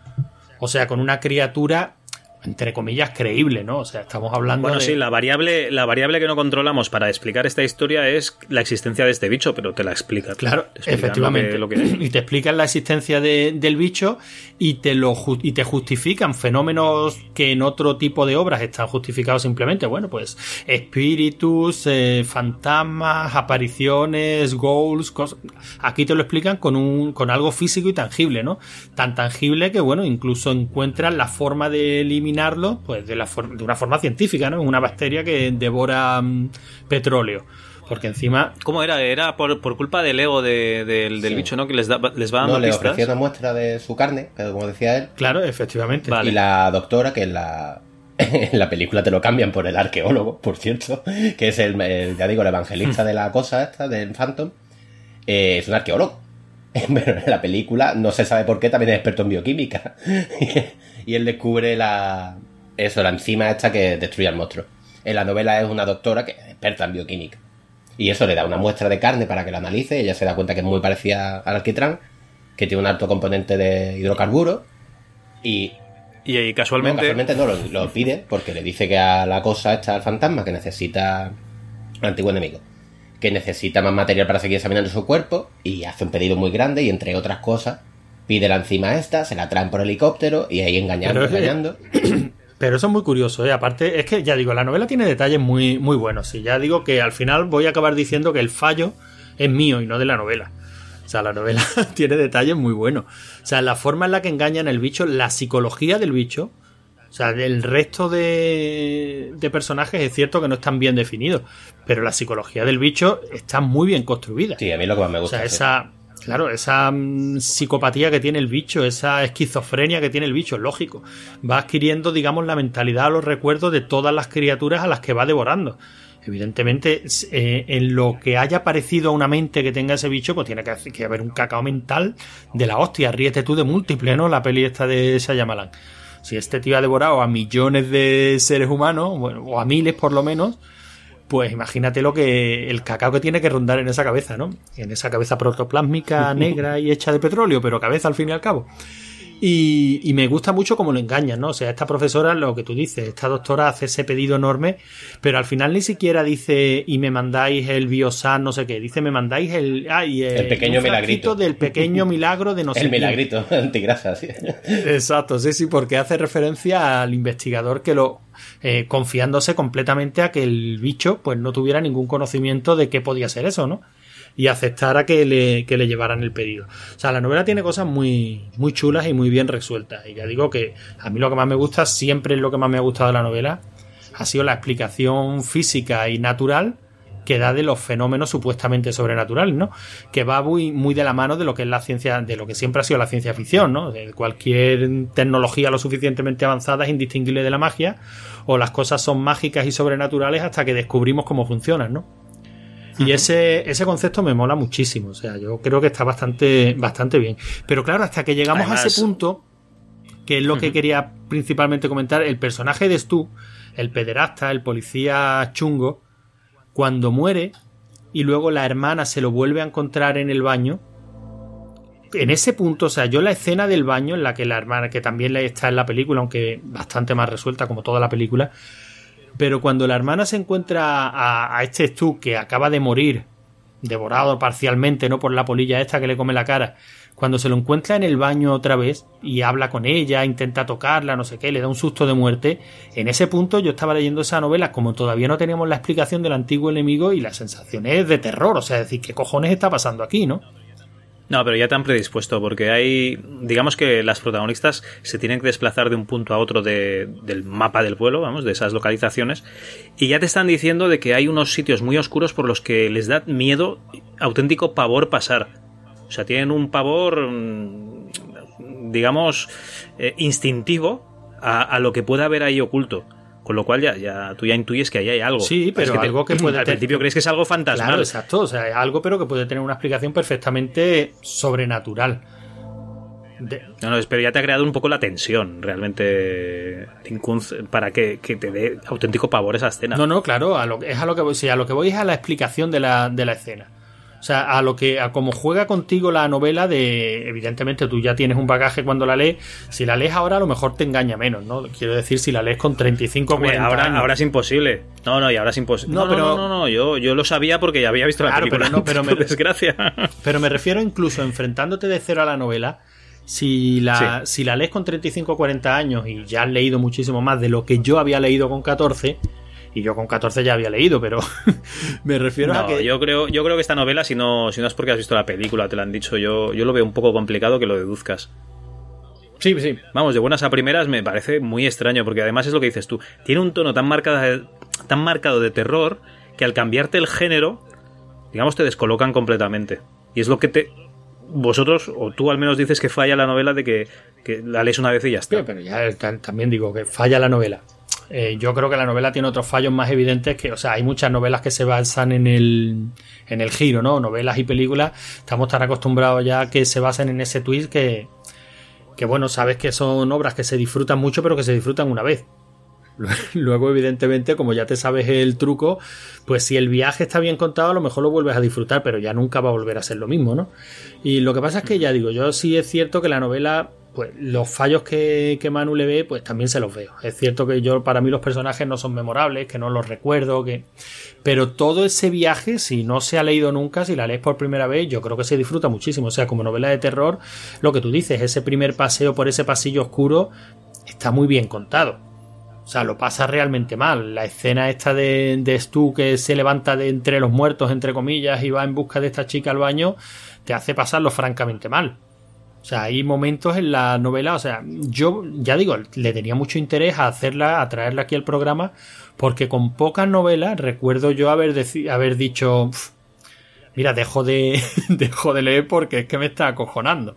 O sea, con una criatura, entre comillas, creíble, ¿no? O sea, estamos hablando bueno, de... sí, la variable, la variable que no controlamos para explicar esta historia es la existencia de este bicho, pero te la explica. Claro, efectivamente. Lo que, lo que... Y te explican la existencia de, del bicho y te, lo, y te justifican fenómenos que en otro tipo de obras están justificados simplemente. Bueno, pues espíritus, eh, fantasmas, apariciones, ghouls, cosas... Aquí te lo explican con, un, con algo físico y tangible, ¿no? Tan tangible que, bueno, incluso encuentran la forma de eliminar pues de, la for- de una forma científica, ¿no? Una bacteria que devora um, petróleo. Porque encima... ¿Cómo era? Era por, por culpa del ego de, de, del sí. bicho, ¿no? Que les, da, les va dando no, le pistas. ofrecía una muestra de su carne, como decía él. Claro, efectivamente. Vale. Y la doctora, que en la, en la película te lo cambian por el arqueólogo, por cierto, que es el, el ya digo, el evangelista de la cosa esta, del Phantom, eh, es un arqueólogo. Pero en la película no se sabe por qué, también es experto en bioquímica. Y él descubre la eso, la enzima esta que destruye al monstruo. En la novela es una doctora que es experta en bioquímica. Y eso le da una muestra de carne para que la analice. Ella se da cuenta que es muy parecida al alquitrán, que tiene un alto componente de hidrocarburos. Y, y, y casualmente... No, casualmente no, lo, lo pide porque le dice que a la cosa esta, al fantasma, que necesita al antiguo enemigo, que necesita más material para seguir examinando su cuerpo, y hace un pedido muy grande y entre otras cosas pide la enzima esta, se la traen por helicóptero y ahí engañando, pero engañando. Que, pero eso es muy curioso, ¿eh? Aparte, es que ya digo, la novela tiene detalles muy, muy buenos. Y ya digo que al final voy a acabar diciendo que el fallo es mío y no de la novela. O sea, la novela tiene detalles muy buenos. O sea, la forma en la que engañan el bicho, la psicología del bicho. O sea, el resto de, de personajes es cierto que no están bien definidos, pero la psicología del bicho está muy bien construida. Sí, a mí lo que más me gusta. O sea, esa... Claro, esa um, psicopatía que tiene el bicho, esa esquizofrenia que tiene el bicho, lógico. Va adquiriendo, digamos, la mentalidad o los recuerdos de todas las criaturas a las que va devorando. Evidentemente, eh, en lo que haya parecido a una mente que tenga ese bicho, pues tiene que, que haber un cacao mental de la hostia. Ríete tú de múltiple, ¿no? La peli esta de Shyamalan. Si este tío ha devorado a millones de seres humanos, bueno, o a miles por lo menos, pues imagínate lo que el cacao que tiene que rondar en esa cabeza, ¿no? En esa cabeza protoplásmica negra y hecha de petróleo, pero cabeza al fin y al cabo. Y, y me gusta mucho cómo lo engañan, ¿no? O sea, esta profesora, lo que tú dices, esta doctora hace ese pedido enorme, pero al final ni siquiera dice y me mandáis el Biosan, no sé qué, dice me mandáis el... Ay, el, el pequeño milagrito. Del pequeño milagro de no sé El quién. milagrito antigrasa, sí. Exacto, sí, sí, porque hace referencia al investigador que lo... Eh, confiándose completamente a que el bicho pues no tuviera ningún conocimiento de qué podía ser eso, ¿no? Y aceptara que le, que le llevaran el pedido. O sea, la novela tiene cosas muy, muy chulas y muy bien resueltas. Y ya digo que a mí lo que más me gusta, siempre es lo que más me ha gustado de la novela, ha sido la explicación física y natural que da de los fenómenos supuestamente sobrenaturales, ¿no? Que va muy, muy de la mano de lo que es la ciencia, de lo que siempre ha sido la ciencia ficción, ¿no? De cualquier tecnología lo suficientemente avanzada es indistinguible de la magia, o las cosas son mágicas y sobrenaturales hasta que descubrimos cómo funcionan, ¿no? Y ese, ese concepto me mola muchísimo. O sea, yo creo que está bastante, bastante bien. Pero claro, hasta que llegamos Además, a ese punto, que es lo que uh-huh. quería principalmente comentar, el personaje de Stu, el pederasta, el policía chungo, cuando muere y luego la hermana se lo vuelve a encontrar en el baño, en ese punto, o sea, yo la escena del baño en la que la hermana, que también está en la película, aunque bastante más resuelta como toda la película, pero cuando la hermana se encuentra a, a este Stu que acaba de morir, devorado parcialmente, no por la polilla esta que le come la cara, cuando se lo encuentra en el baño otra vez y habla con ella, intenta tocarla, no sé qué, le da un susto de muerte, en ese punto yo estaba leyendo esa novela, como todavía no teníamos la explicación del antiguo enemigo, y la sensación es de terror, o sea, decir, ¿qué cojones está pasando aquí, no? No, pero ya te han predispuesto, porque hay, digamos que las protagonistas se tienen que desplazar de un punto a otro de, del mapa del pueblo, vamos, de esas localizaciones, y ya te están diciendo de que hay unos sitios muy oscuros por los que les da miedo, auténtico pavor pasar. O sea, tienen un pavor, digamos, eh, instintivo a, a lo que pueda haber ahí oculto. Con lo cual ya, ya tú ya intuyes que ahí hay algo. Sí, pero es que algo te, que puede... Al principio crees que es algo fantasmal. Claro, exacto. O sea, es algo pero que puede tener una explicación perfectamente sobrenatural. De... No, no, pero ya te ha creado un poco la tensión, realmente, para que, que te dé auténtico pavor esa escena. No, no, claro, a lo, es a lo que voy, sí, a lo que voy es a la explicación de la, de la escena. O sea, a lo que, a cómo juega contigo la novela de, evidentemente tú ya tienes un bagaje cuando la lees, si la lees ahora a lo mejor te engaña menos, ¿no? Quiero decir, si la lees con treinta y cinco, cuarenta ahora, años. Ahora es imposible. No, no, y ahora es imposible. No, no, pero, no, no, no, yo, yo lo sabía porque ya había visto la claro, película. Pero no, pero me, desgracia. Pero me refiero incluso enfrentándote de cero a la novela, si la, sí. si la lees con treinta y cinco o cuarenta años y ya has leído muchísimo más de lo que yo había leído con catorce, y yo con catorce ya había leído, pero me refiero no, a que... Yo creo, yo creo que esta novela, si no, si no es porque has visto la película, te la han dicho, yo, yo lo veo un poco complicado que lo deduzcas. Sí, sí. Vamos, de buenas a primeras me parece muy extraño, porque además es lo que dices tú, tiene un tono tan marcado, tan marcado de terror que al cambiarte el género, digamos, te descolocan completamente. Y es lo que te... Vosotros, o tú al menos dices que falla la novela de que, que la lees una vez y ya está. Sí, pero ya también digo que falla la novela. Eh, yo creo que la novela tiene otros fallos más evidentes que, o sea, hay muchas novelas que se basan en el, en el giro, ¿no? Novelas y películas, estamos tan acostumbrados ya que se basan en ese twist que, que bueno, sabes que son obras que se disfrutan mucho, pero que se disfrutan una vez. Luego, evidentemente, como ya te sabes el truco, pues si el viaje está bien contado, a lo mejor lo vuelves a disfrutar, pero ya nunca va a volver a ser lo mismo, ¿no? Y lo que pasa es que, ya digo, yo sí es cierto que la novela, pues los fallos que, que Manu le ve, pues también se los veo. Es cierto que yo, para mí los personajes no son memorables, que no los recuerdo, que... pero todo ese viaje, si no se ha leído nunca, si la lees por primera vez, yo creo que se disfruta muchísimo. O sea, como novela de terror, lo que tú dices, ese primer paseo por ese pasillo oscuro está muy bien contado. O sea, lo pasa realmente mal. La escena esta de, de Stu que se levanta de entre los muertos, entre comillas, y va en busca de esta chica al baño, te hace pasarlo francamente mal. O sea, hay momentos en la novela, o sea, yo ya digo, le tenía mucho interés a hacerla, a traerla aquí al programa, porque con pocas novelas recuerdo yo haber, deci- haber dicho, mira, dejo de, dejo de leer porque es que me está acojonando.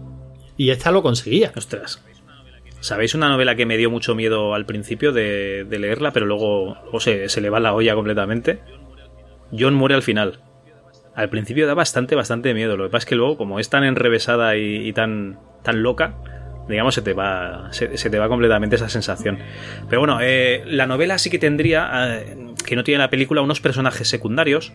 Y esta lo conseguía. Ostras. ¿Sabéis una novela que me dio mucho miedo al principio de, de leerla, pero luego, luego se, se le va la olla completamente? John muere al final. Al principio da bastante, bastante miedo. Lo que pasa es que luego, como es tan enrevesada y, y tan, tan loca, digamos, se te va se, se te va completamente esa sensación. Pero bueno, eh, la novela sí que tendría, eh, que no tiene la película, unos personajes secundarios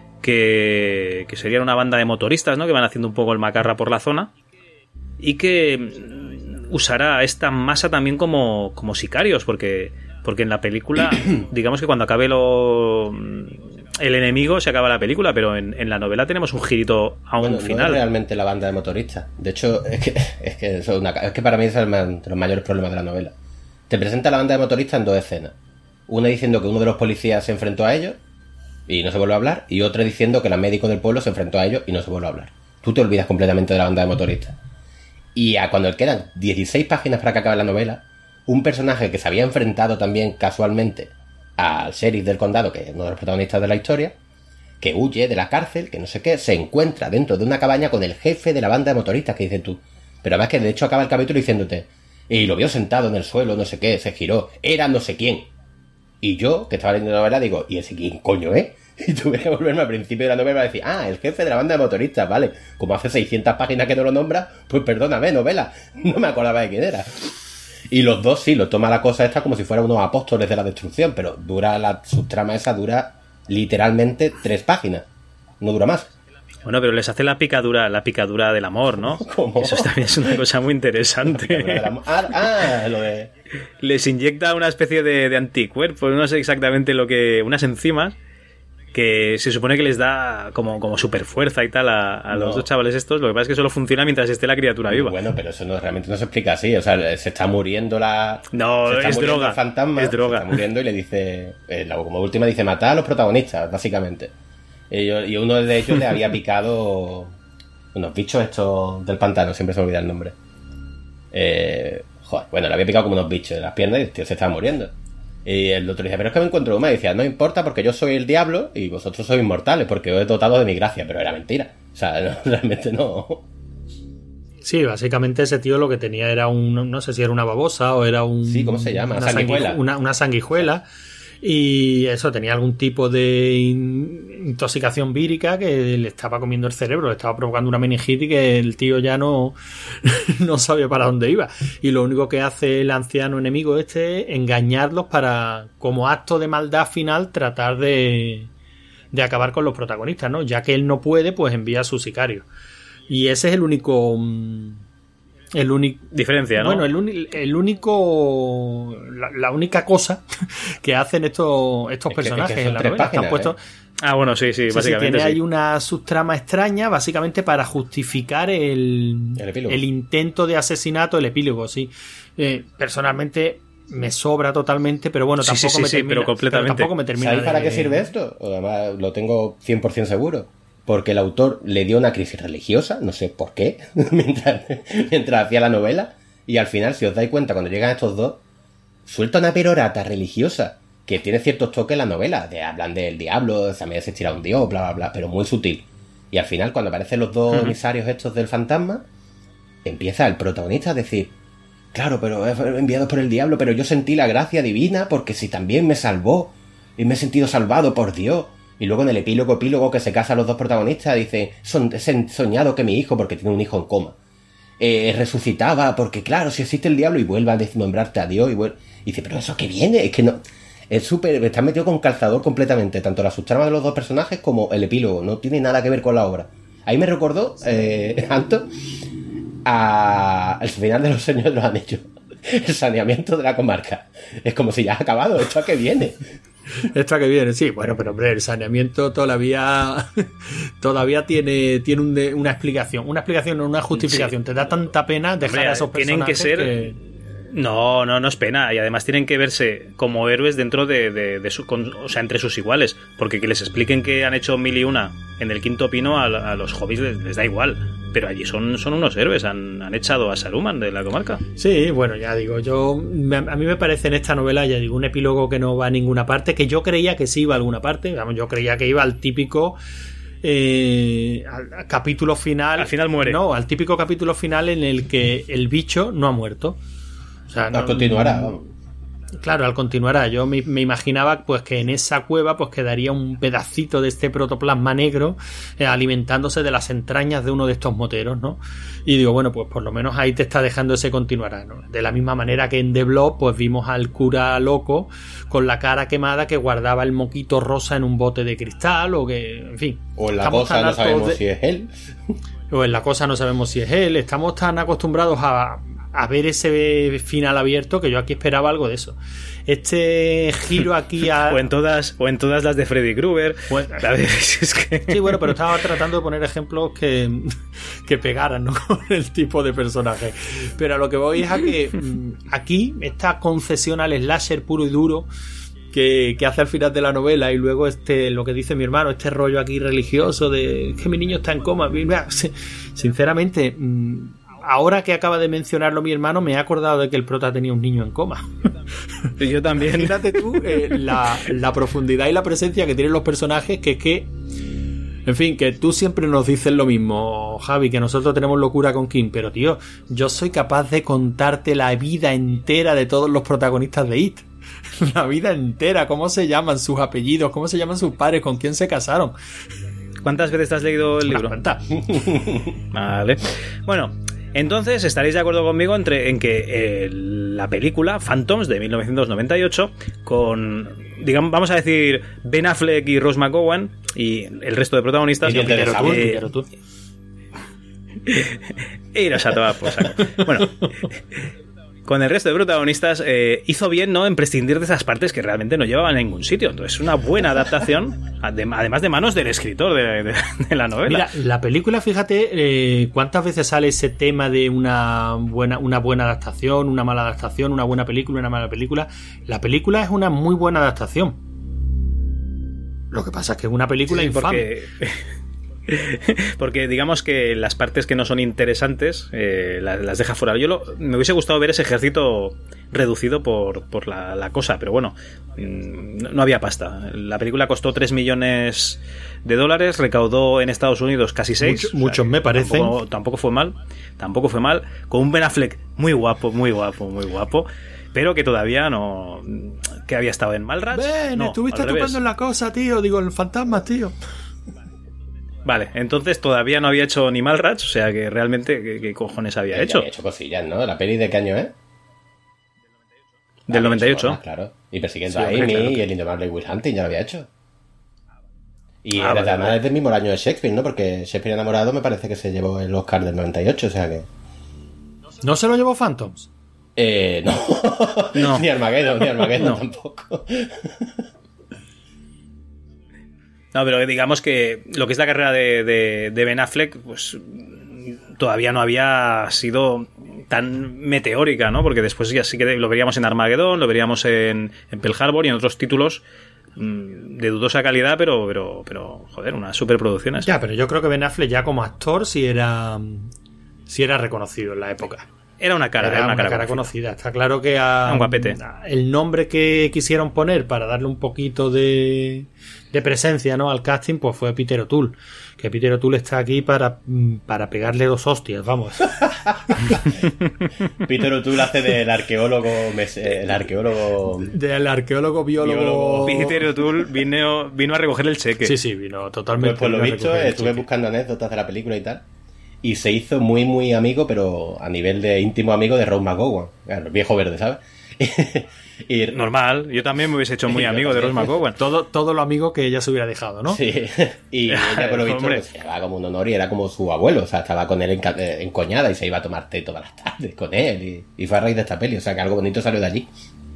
que, que serían una banda de motoristas, ¿no? Que van haciendo un poco el macarra por la zona y que usará esta masa también como, como sicarios, porque, porque en la película, digamos que cuando acabe lo, el enemigo se acaba la película, pero en, en la novela tenemos un girito a un bueno, final. No es realmente la banda de motoristas. De hecho, es que, es que, eso es una, es que para mí es el, de los mayores problemas de la novela. Te presenta la banda de motoristas en dos escenas. Una diciendo que uno de los policías se enfrentó a ellos y no se vuelve a hablar, y otra diciendo que la médico del pueblo se enfrentó a ellos y no se vuelve a hablar. Tú te olvidas completamente de la banda de motoristas. Y a cuando quedan dieciséis páginas para que acabe la novela, un personaje que se había enfrentado también casualmente al sheriff del condado, que es uno de los protagonistas de la historia, que huye de la cárcel, que no sé qué, se encuentra dentro de una cabaña con el jefe de la banda de motoristas, que dices tú. Pero además que de hecho acaba el capítulo diciéndote, y lo vio sentado en el suelo, no sé qué, se giró, era no sé quién. Y yo, que estaba leyendo la novela, digo, ¿y ese quién coño es? Y tuve que volverme al principio de la novela y decir, ah, el jefe de la banda de motoristas, vale. Como hace seiscientas páginas que no lo nombra, pues perdóname, novela. No me acordaba de quién era. Y los dos sí, lo toma la cosa esta como si fueran unos apóstoles de la destrucción, pero dura la subtrama esa, dura literalmente tres páginas. No dura más. Bueno, pero les hace la picadura, la picadura del amor, ¿no? ¿Cómo? Eso también es una cosa muy interesante. Ah, ah, lo de... Les inyecta una especie de, de anticuerpos, no sé exactamente lo que... unas enzimas que se supone que les da como, como super fuerza y tal a, a los no. dos chavales estos. Lo que pasa es que solo funciona mientras esté la criatura viva. Bueno, pero eso no realmente no se explica así. O sea, se está muriendo la... No, se está es muriendo droga. El fantasma, es droga. Se está muriendo y le dice... Eh, como última dice, matar a los protagonistas, básicamente. Y, yo, y uno de ellos le había picado unos bichos estos del pantano, siempre se me olvida el nombre. Eh, joder, bueno, le había picado como unos bichos en las piernas y el tío se estaba muriendo. Y el otro dice, pero es que me encuentro una. Y decía, no importa porque yo soy el diablo y vosotros sois inmortales porque os he dotado de mi gracia. Pero era mentira. O sea, no, realmente no. Sí, básicamente ese tío lo que tenía era un... No sé si era una babosa o era un... Sí, ¿cómo se llama? Una sanguijuela. sanguij- una, una sanguijuela. Y eso, tenía algún tipo de in- intoxicación vírica que le estaba comiendo el cerebro, le estaba provocando una meningitis que el tío ya no, no sabía para dónde iba. Y lo único que hace el anciano enemigo este es engañarlos para, como acto de maldad final, tratar de, de acabar con los protagonistas, ¿no? Ya que él no puede, pues envía a su sicario. Y ese es el único... El único diferencia, ¿no? Bueno, el, uni, el único la, la única cosa que hacen estos estos es que, personajes es que en la tres novela páginas, están puestos. ¿eh? Ah, bueno, sí, sí, Sí, básicamente. sí, tiene sí. ahí una subtrama extraña, básicamente para justificar el, El epílogo. el intento de asesinato, el epílogo, sí. Eh, personalmente me sobra totalmente, pero bueno, Sí, tampoco sí, sí, me sí, termina. pero completamente. Pero tampoco me termina. ¿Sabéis para de- qué sirve esto? Además, lo tengo cien por ciento seguro. Porque el autor le dio una crisis religiosa, no sé por qué, mientras, mientras hacía la novela. Y al final, si os dais cuenta, cuando llegan estos dos, suelta una perorata religiosa que tiene ciertos toques en la novela. De, hablan del diablo, también se estira un dios, bla, bla, bla, pero muy sutil. Y al final, cuando aparecen los dos Uh-huh. emisarios estos del fantasma, empieza el protagonista a decir, claro, pero es enviado por el diablo, pero yo sentí la gracia divina porque si también me salvó y me he sentido salvado por Dios. Y luego en el epílogo, epílogo que se casan los dos protagonistas, dice, Son, he soñado que mi hijo, porque tiene un hijo en coma, eh, resucitaba, porque claro, si existe el diablo, y vuelve a nombrarte a Dios, y, vuelve, y dice, pero eso que viene, es que no... Es súper, está metido con calzador completamente, tanto la subtrama de los dos personajes como el epílogo, no tiene nada que ver con la obra. Ahí me recordó, eh, Anto, a, al final de Los Señores de los Anillos, el saneamiento de la comarca. Es como si ya ha acabado, ¿esto a qué viene? Esto que viene, sí, bueno, pero hombre, el saneamiento todavía todavía tiene, tiene un de, una explicación, una explicación, no una justificación. Sí. Te da tanta pena dejar Hombre, a esos tienen que personajes ser... que... No, no, no es pena. Y además tienen que verse como héroes dentro de, de, de su, con, o sea, entre sus iguales. Porque que les expliquen que han hecho mil y una en el quinto pino a, a los hobbits les, les da igual. Pero allí son, son unos héroes. Han, han echado a Saruman de la comarca. Sí, bueno, ya digo, yo me, a mí me parece en esta novela, ya digo, un epílogo que no va a ninguna parte, que yo creía que sí iba a alguna parte. Vamos, yo creía que iba al típico eh, al, al capítulo final. Al final muere. No, al típico capítulo final en el que el bicho no ha muerto. O sea, no, Continuará, vamos. Claro, al continuará. Yo me, me imaginaba pues que en esa cueva pues quedaría un pedacito de este protoplasma negro eh, alimentándose de las entrañas de uno de estos moteros, ¿no? Y digo, bueno, pues por lo menos ahí te está dejando ese continuará, ¿no? De la misma manera que en The Blob pues vimos al cura loco con la cara quemada que guardaba el moquito rosa en un bote de cristal o que, en fin. O en la estamos cosa tan no hartos sabemos de- si es él. O en la cosa no sabemos si es él. Estamos tan acostumbrados a a ver ese final abierto, que yo aquí esperaba algo de eso. Este giro aquí a... o en todas o en todas las de Freddy Krueger. Bueno, a ver, es que... Sí, bueno, pero estaba tratando de poner ejemplos que, que pegaran, ¿no? Con el tipo de personaje. Pero a lo que voy es a que aquí esta concesión al slasher puro y duro que, que hace al final de la novela, y luego este lo que dice mi hermano, este rollo aquí religioso de que mi niño está en coma. Mira, sinceramente, ahora que acaba de mencionarlo mi hermano, me he acordado de que el prota tenía un niño en coma. Y yo también. Imagínate tú eh, la, la profundidad y la presencia que tienen los personajes, que es que, en fin, que tú siempre nos dices lo mismo, Javi, que nosotros tenemos locura con King, pero tío, yo soy capaz de contarte la vida entera de todos los protagonistas de It. La vida entera, cómo se llaman, sus apellidos, cómo se llaman sus padres, con quién se casaron. ¿Cuántas veces te has leído el libro? Vale. Bueno, entonces estaréis de acuerdo conmigo entre, en que eh, la película Phantoms de mil novecientos noventa y ocho, con, digamos, vamos a decir, Ben Affleck y Rose McGowan y el resto de protagonistas. Y Peter O'Toole. Iros a tomar por saco. Bueno, con el resto de protagonistas eh, hizo bien, ¿no?, en prescindir de esas partes que realmente no llevaban a ningún sitio. Entonces, una buena adaptación, además de manos del escritor de, de, de la novela. Mira, la película, fíjate, eh, cuántas veces sale ese tema de una buena, una buena adaptación, una mala adaptación, una buena película, una mala película. La película es una muy buena adaptación. Lo que pasa es que es una película sí, infame. Porque... porque digamos que las partes que no son interesantes eh, las, las deja fuera. Yo lo, me hubiese gustado ver ese ejército reducido por, por la, la cosa, pero bueno, no, no había pasta. La película costó tres millones de dólares, recaudó en Estados Unidos casi seis. Mucho, muchos, o sea, me parecen. Tampoco, tampoco fue mal, tampoco fue mal, con un Ben Affleck muy guapo, muy guapo, muy guapo, pero que todavía no, que había estado en Mallrats. Ben, no, estuviste tocando en la cosa, tío, digo, en Fantasmas, tío. Vale, entonces todavía no había hecho ni Mallrats, o sea que realmente, ¿qué, qué cojones había ya hecho? Había hecho cosillas, ¿no? ¿La peli de qué año es? Del noventa y ocho. Cosas, claro. Y Persiguiendo sí, a Amy claro. y el indomable Will Hunting ya lo había hecho. Y ah, además vale, vale. es del mismo año de Shakespeare, ¿no? Porque Shakespeare enamorado me parece que se llevó el Oscar del noventa y ocho, o sea que... ¿No se lo llevó Phantoms? Eh, no. No. Ni Armageddon, ni Armageddon No. tampoco. No, pero digamos que lo que es la carrera de, de, de Ben Affleck, pues todavía no había sido tan meteórica, ¿no? Porque después ya sí que lo veríamos en Armageddon, lo veríamos en, en Pearl Harbor y en otros títulos mmm, de dudosa calidad, pero, pero, pero joder, unas superproducciones. Ya, pero yo creo que Ben Affleck ya como actor sí era, sí era reconocido en la época. Era una cara, era, era una, una cara, cara conocida. Está claro que a, un guapete. A, el nombre que quisieron poner para darle un poquito de, de presencia, ¿no?, al casting, pues fue Peter O'Toole. Que Peter O'Toole está aquí para, para pegarle dos hostias, vamos. Peter O'Toole hace del arqueólogo, el arqueólogo, del arqueólogo biólogo. biólogo. Peter O'Toole vino, vino a recoger el cheque. Sí, sí, vino totalmente. Pues por lo vino a visto, recoger el estuve cheque. buscando anécdotas de la película y tal. Y se hizo muy, muy amigo, pero a nivel de íntimo amigo de Rose McGowan, el viejo verde, ¿sabes? y, Normal, yo también me hubiese hecho muy amigo de Rose McGowan. Todo, todo lo amigo que ella se hubiera dejado, ¿no? Sí, y ella por lo visto Hombre. pues, se llevaba como un honor y era como su abuelo, o sea, estaba con él enca- eh, encoñada y se iba a tomar té todas las tardes con él. Y, y fue a raíz de esta peli, o sea, que algo bonito salió de allí.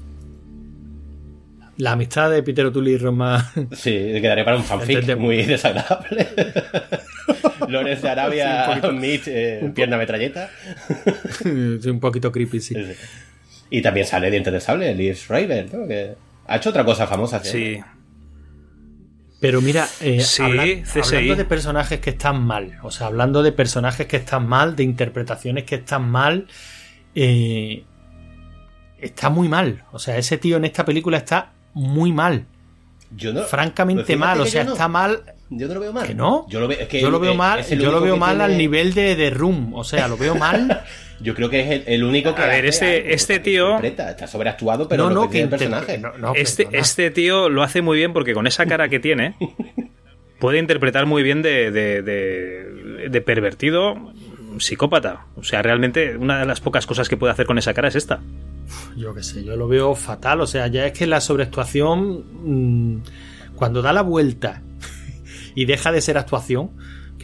La amistad de Peter O'Toole y Roma. Sí, quedaría para un fanfic Entendemos. muy desagradable. Lores de Arabia, Sí, un poquito. Mitch, eh, Un po- pierna metralleta. Sí, un poquito creepy, sí. Sí, sí. Y también sale Dientes de Sable, Liv Schreiber, ¿no? Que ha hecho otra cosa famosa. Sí. Pero mira, eh, Sí, habla- C S I. hablando de personajes que están mal, o sea, hablando de personajes que están mal, de interpretaciones que están mal, eh, está muy mal. O sea, ese tío en esta película está muy mal. Yo no, Francamente pues fíjate mal, o que sea, yo no. está mal. Yo no lo veo mal. ¿Que no? Yo lo, ve- es que Yo lo veo eh, mal, es el yo lo único veo que mal tiene- al nivel de, de Room, o sea, lo veo mal. Yo creo que es el, el único que A ver, hace este- algo, este porque tío- interpreta, está sobreactuado, pero no, lo no, que tiene el inter- personaje. no, no, Este, perdona. este tío lo hace muy bien porque con esa cara que tiene puede interpretar muy bien de, de, de, de pervertido psicópata. O sea, realmente una de las pocas cosas que puede hacer con esa cara es esta. Yo qué sé, yo lo veo fatal. O sea, ya es que la sobreactuación, mmm, cuando da la vuelta y deja de ser actuación, que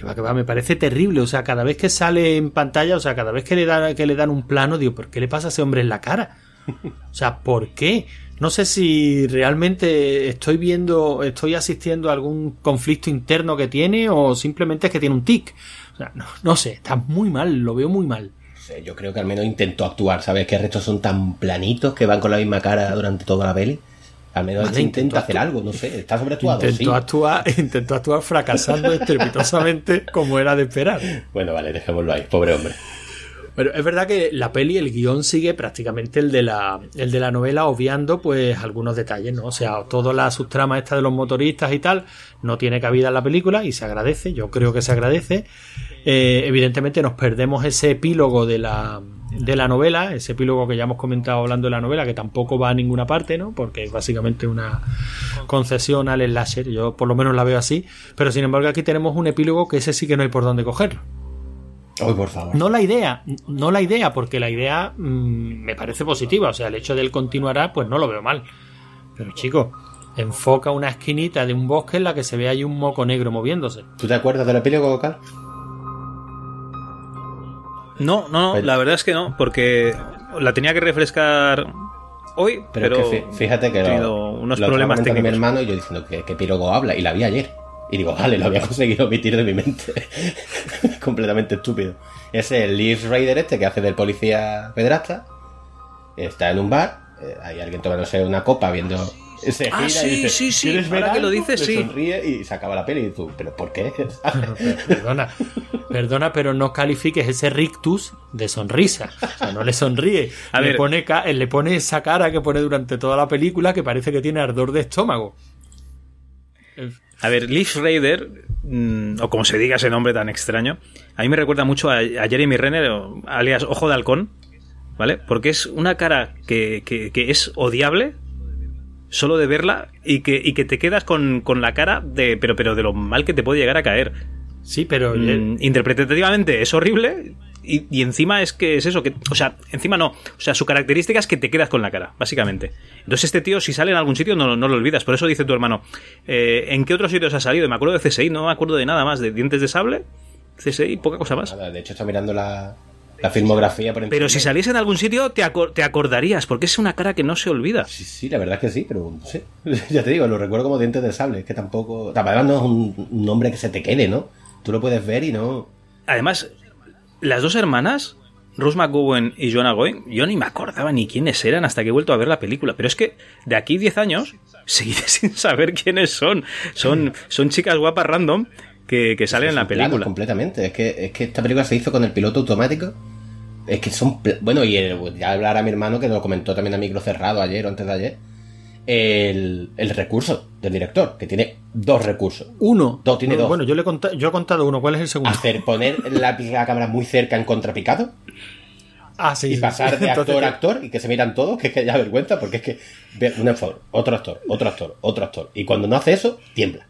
Que va, que va, me parece terrible. O sea, cada vez que sale en pantalla, o sea, cada vez que le dan, que le dan un plano, digo, ¿por qué le pasa a ese hombre en la cara? O sea, ¿por qué? No sé si realmente estoy viendo, estoy asistiendo a algún conflicto interno que tiene o simplemente es que tiene un tic. O sea, no, no sé, está muy mal, lo veo muy mal. Sí, yo creo que al menos intentó actuar, ¿sabes? Que el resto son tan planitos que van con la misma cara durante toda la peli. Al menos vale, intenta hacer algo, no sé, está sobreactuado. Intentó sí. actuar, intentó actuar fracasando estrepitosamente como era de esperar. Bueno, vale, dejémoslo ahí, pobre hombre. Pero es verdad que la peli, el guión sigue prácticamente el de la el de la novela, obviando pues algunos detalles, ¿no? O sea, toda la subtrama esta de los motoristas y tal no tiene cabida en la película y se agradece, yo creo que se agradece. Eh, evidentemente nos perdemos ese epílogo de la de la novela, ese epílogo que ya hemos comentado hablando de la novela, que tampoco va a ninguna parte, ¿no? Porque es básicamente una concesión al slasher, yo por lo menos la veo así, pero sin embargo aquí tenemos un epílogo que ese sí que no hay por dónde cogerlo. Ay, por favor. No la idea, no la idea, porque la idea mmm, me parece positiva, o sea, el hecho de él continuará, pues no lo veo mal. Pero chico, enfoca una esquinita de un bosque en la que se ve ahí un moco negro moviéndose. ¿Tú te acuerdas del epílogo, Carl? No, no, no, la verdad es que no, porque la tenía que refrescar hoy, pero, pero es que fíjate que he tenido lo, unos lo problemas técnicos. Mi hermano y yo diciendo que, que epílogo habla, y la vi ayer. Y digo, vale, lo había conseguido omitir de mi mente. Completamente estúpido. Es el Lee Raider este que hace del policía pederasta. Está en un bar, eh, hay alguien tomándose una copa viendo... Se gira ah, sí, y dice, sí, sí, ¿quieres ver ahora que algo? lo dices, Le sí. sonríe y se acaba la peli y tú, ¿pero por qué? Perdona, perdona, pero no califiques ese rictus de sonrisa. O sea, no le sonríe. A le, ver. Pone, le pone esa cara que pone durante toda la película que parece que tiene ardor de estómago. A ver, Liv Schreiber, mmm, o como se diga ese nombre tan extraño, a mí me recuerda mucho a, a Jeremy Renner, alias Ojo de Halcón, ¿vale? Porque es una cara que, que, que es odiable solo de verla y que, y que te quedas con, con la cara de pero, pero de lo mal que te puede llegar a caer. Sí, pero... Mm, interpretativamente es horrible y, y encima es que es eso, que, o sea, encima no, o sea, su característica es que te quedas con la cara, básicamente. Entonces este tío, si sale en algún sitio, no, no lo olvidas. Por eso dice tu hermano, eh, ¿en qué otros sitios ha salido? Me acuerdo de C S I, no me acuerdo de nada más, de Dientes de Sable, C S I, poca cosa más. Nada, de hecho está mirando la, la filmografía por Pero si saliese en algún sitio te, acor- te acordarías, porque es una cara que no se olvida. Sí, sí, la verdad es que sí, pero no sé. Ya te digo, lo recuerdo como Dientes de Sable, es que tampoco... Además no es un nombre que se te quede, ¿no? Tú lo puedes ver y no... Además, las dos hermanas, Rose McGowan y Joanna Going, yo ni me acordaba ni quiénes eran hasta que he vuelto a ver la película. Pero es que de aquí diez años seguiré sin saber quiénes son. Son, son chicas guapas random que, que salen en la película. Claro, completamente. Es que, es que esta película se hizo con el piloto automático. Es que son... Pl- bueno, y el, ya hablará mi hermano, que lo comentó también a micro cerrado ayer o antes de ayer, el, el recurso del director, que tiene dos recursos. Uno. Dos, tiene dos. Bueno, yo, le he contado, yo he contado uno. ¿Cuál es el segundo? Hacer poner la, la cámara muy cerca en contrapicado. Ah, sí, Y sí, pasar sí. de actor Entonces, a actor y que se miran todos, que es que ya vergüenza, porque es que ve un actor, otro actor, otro actor, otro actor. Y cuando no hace eso, tiembla.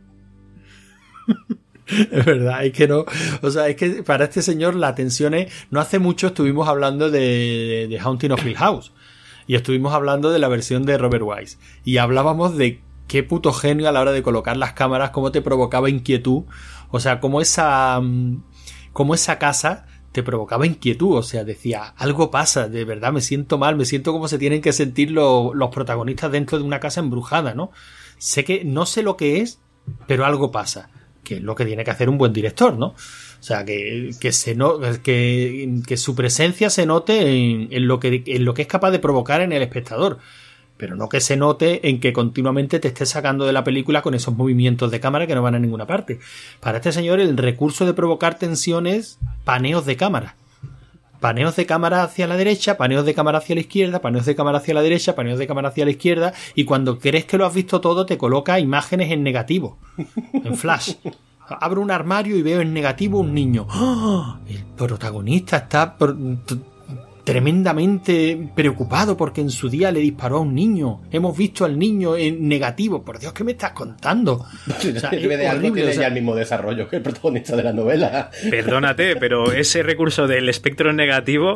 Es verdad, es que no, o sea, es que para este señor la tensión es, no hace mucho estuvimos hablando de, de Haunting of Hill House y estuvimos hablando de la versión de Robert Wise y hablábamos de qué puto genio a la hora de colocar las cámaras, cómo te provocaba inquietud, o sea, cómo esa, cómo esa casa te provocaba inquietud, o sea, decía, algo pasa, de verdad, me siento mal, me siento como se tienen que sentir los, los protagonistas dentro de una casa embrujada, ¿no? Sé que, no sé lo que es, pero algo pasa. Que es lo que tiene que hacer un buen director, ¿no? O sea, que, que, se no, que, que su presencia se note en, en, lo que, en lo que es capaz de provocar en el espectador, pero no que se note en que continuamente te esté sacando de la película con esos movimientos de cámara que no van a ninguna parte. Para este señor el recurso de provocar tensiones, paneos de cámara. Paneos de cámara hacia la derecha, paneos de cámara hacia la izquierda, paneos de cámara hacia la derecha, paneos de cámara hacia la izquierda, y cuando crees que lo has visto todo te coloca imágenes en negativo, en flash. Abro un armario y veo en negativo un niño. ¡Oh! El protagonista está por... tremendamente preocupado porque en su día le disparó a un niño. Hemos visto al niño en negativo. Por Dios, ¿qué me estás contando? O sea, es de algo horrible, tiene o sea, ya el mismo desarrollo que el protagonista de la novela. Perdónate, pero ese recurso del espectro negativo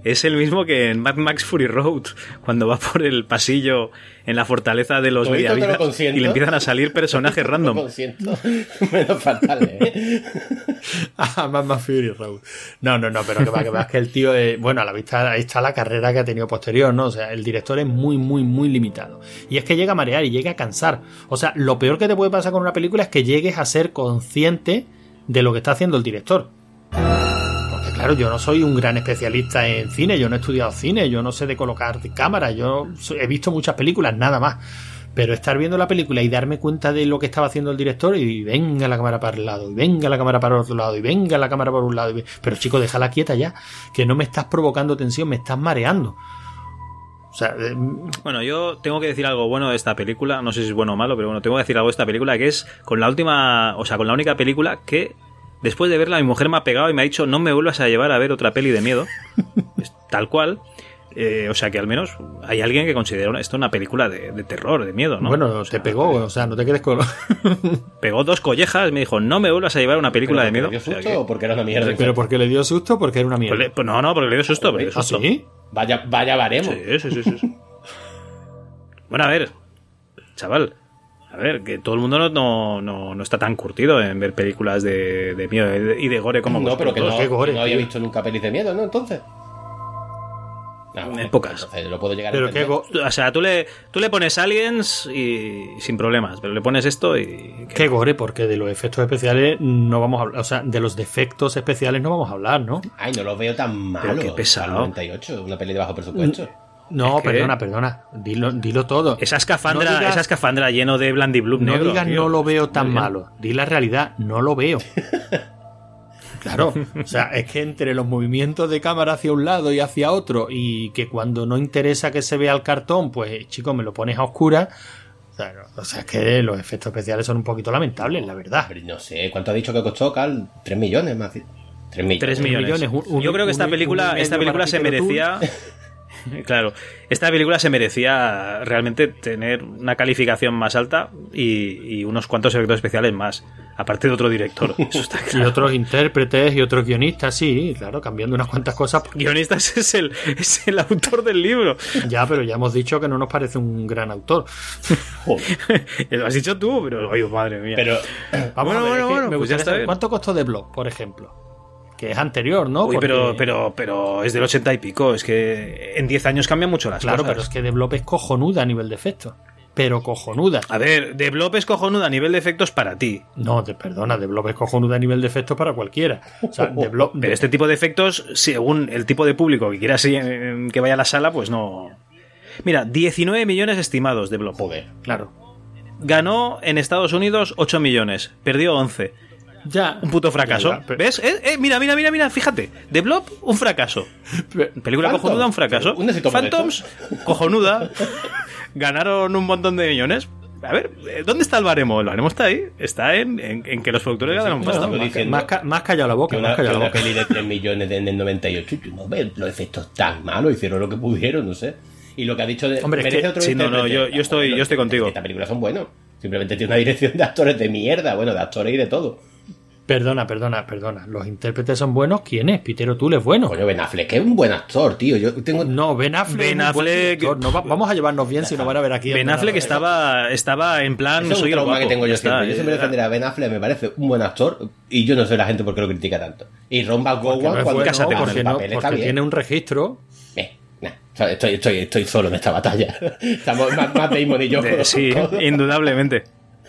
es el mismo que en Mad Max Fury Road, cuando va por el pasillo en la fortaleza de los Mediavidas y le empiezan a salir personajes random. Lo consiento. Menos fatal, ¿eh? Ah, Mad Max Fury Road. No, no, no, pero que va, que va, es que el tío, es, bueno, a la vista, ahí está la carrera que ha tenido posterior, ¿no? O sea, el director es muy, muy, muy limitado. Y es que llega a marear y llega a cansar. O sea, lo peor que te puede pasar con una película es que llegues a ser consciente de lo que está haciendo el director. Porque claro, yo no soy un gran especialista en cine, yo no he estudiado cine, yo no sé de colocar cámaras, yo he visto muchas películas, nada más. Pero estar viendo la película y darme cuenta de lo que estaba haciendo el director y venga la cámara para el lado, y venga la cámara para el otro lado, y venga la cámara por un lado. Y... Pero chico, déjala quieta ya, que no me estás provocando tensión, me estás mareando. O sea, eh... Bueno, yo tengo que decir algo bueno de esta película, no sé si es bueno o malo, pero bueno, tengo que decir algo de esta película, que es con la última, o sea, con la única película que después de verla mi mujer me ha pegado y me ha dicho no me vuelvas a llevar a ver otra peli de miedo. Tal cual. Eh, o sea que al menos hay alguien que considera esto una película de, de terror, de miedo, ¿no? Bueno, o sea, te pegó, o sea, no te quedes con... Pegó dos collejas y me dijo, no me vuelvas a llevar una película de miedo. ¿Le dio susto o sea, que... o porque era una mierda? ¿Pero porque le dio susto o porque era una mierda? Pues le... pues no, no, porque le dio susto. Porque le dio ¿Ah, susto. sí? Vaya, vaya baremo. Sí, sí, sí, sí, sí. Bueno, a ver, chaval, a ver, que todo el mundo no, no, no, no está tan curtido en ver películas de, de miedo y de gore como No, pero que no, Qué gore, que no había tío. visto nunca pelis de miedo, ¿no? Entonces... No, En pocas. Entonces lo puedo llegar Pero a entender. qué go... O sea, tú le, tú le pones Aliens y sin problemas, pero le pones esto y... Qué gore, porque de los efectos especiales no vamos a hablar. O sea, de los defectos especiales no vamos a hablar, ¿no? Ay, no lo veo tan malo. Pero qué pesado. Al noventa y ocho, una peli de bajo presupuesto. No, Es que- perdona, perdona. Dilo, dilo todo. Esa escafandra, No digas- esa escafandra lleno de Blandibloop No negro. digas tío. no lo veo tan Muy bien. malo. Di la realidad, no lo veo. Claro, o sea, es que entre los movimientos de cámara hacia un lado y hacia otro, y que cuando no interesa que se vea el cartón, pues chico, me lo pones a oscuras. O sea, no, o sea, es que los efectos especiales son un poquito lamentables, la verdad. Pero no sé, ¿cuánto ha dicho que costó, Carl? ¿Tres millones más? ¿Tres millones? Tres millones. millones, un- un- Yo creo que esta un- película, un y esta medio película para se ti, pero tú- merecía... Claro, esta película se merecía realmente tener una calificación más alta y, y unos cuantos efectos especiales más, aparte de otro director. Eso está Y claro. otros intérpretes y otros guionistas, sí, claro, cambiando unas cuantas cosas. Guionistas es el, es el autor del libro. Ya, pero ya hemos dicho que no nos parece un gran autor. Joder. Lo has dicho tú, pero oye, madre mía. Pero Vamos Bueno, a ver, bueno, es que bueno, me pues ya gustaría está saber bien. ¿cuánto costó The Blob, por ejemplo? Que es anterior, ¿no? Uy, Porque- pero, pero, pero es del ochenta y pico. Es que en diez años cambian mucho las Claro, cosas. pero es que The Blob es cojonuda a nivel de efectos. Pero cojonuda. A ver, The Blob es cojonuda a nivel de efectos para ti. No, te perdona, The Blob es cojonuda a nivel de efectos para cualquiera. O sea, The Blob... Pero este tipo de efectos, según el tipo de público que quiera eh, que vaya a la sala, pues no. Mira, diecinueve millones estimados de Blob. joder. Claro. Ganó en Estados Unidos ocho millones. Perdió once. Ya. Un puto fracaso. Ya, ya, pero- ¿Ves? Eh, eh, mira, mira, mira, mira. Fíjate. The Blob, un fracaso. Película Phantom, cojonuda, un fracaso. pero un éxito Phantoms, cojonuda. Ganaron un montón de millones. A ver, eh, ¿dónde está el baremo? El baremo está ahí. Está en, en, en que los productores ganan un Bueno, pasta. no, más, diciendo más, ca- más callado la boca, Que más una, que callado la una boca. peli de tres millones de, en el noventa y ocho, tú no ves los efectos tan malos, hicieron lo que pudieron, no sé. Y lo que ha dicho de... Hombre, es merece que- otro sí, no, no, intérprete. yo- yo estoy- Bueno, yo estoy contigo. Estas películas son buenas. Simplemente tiene una dirección de actores de mierda, bueno, de actores y de todo. Perdona, perdona, perdona. Los intérpretes son buenos. ¿Quién es? Peter O'Toole es bueno. Coño, Ben Affleck es un buen actor, tío. Yo tengo... No, Ben Affleck. Ben es un buen Affleck- director. No, va- vamos a llevarnos bien si no van a ver aquí. a Ben Affleck estaba, estaba en plan. Ese es un soy el trauma guapo. que tengo yo Ya está, siempre. Yo siempre ya. defenderé a Ben Affleck, me parece un buen actor y yo no sé la gente por qué lo critica tanto. Y Ron Que no McGowan es cuando bueno, Cásate con porque, el no- papel está porque bien. tiene un registro. Eh, nah, o sea, estoy, estoy, estoy solo en esta batalla. Estamos más, más Damon y yo. Eh, sí, indudablemente.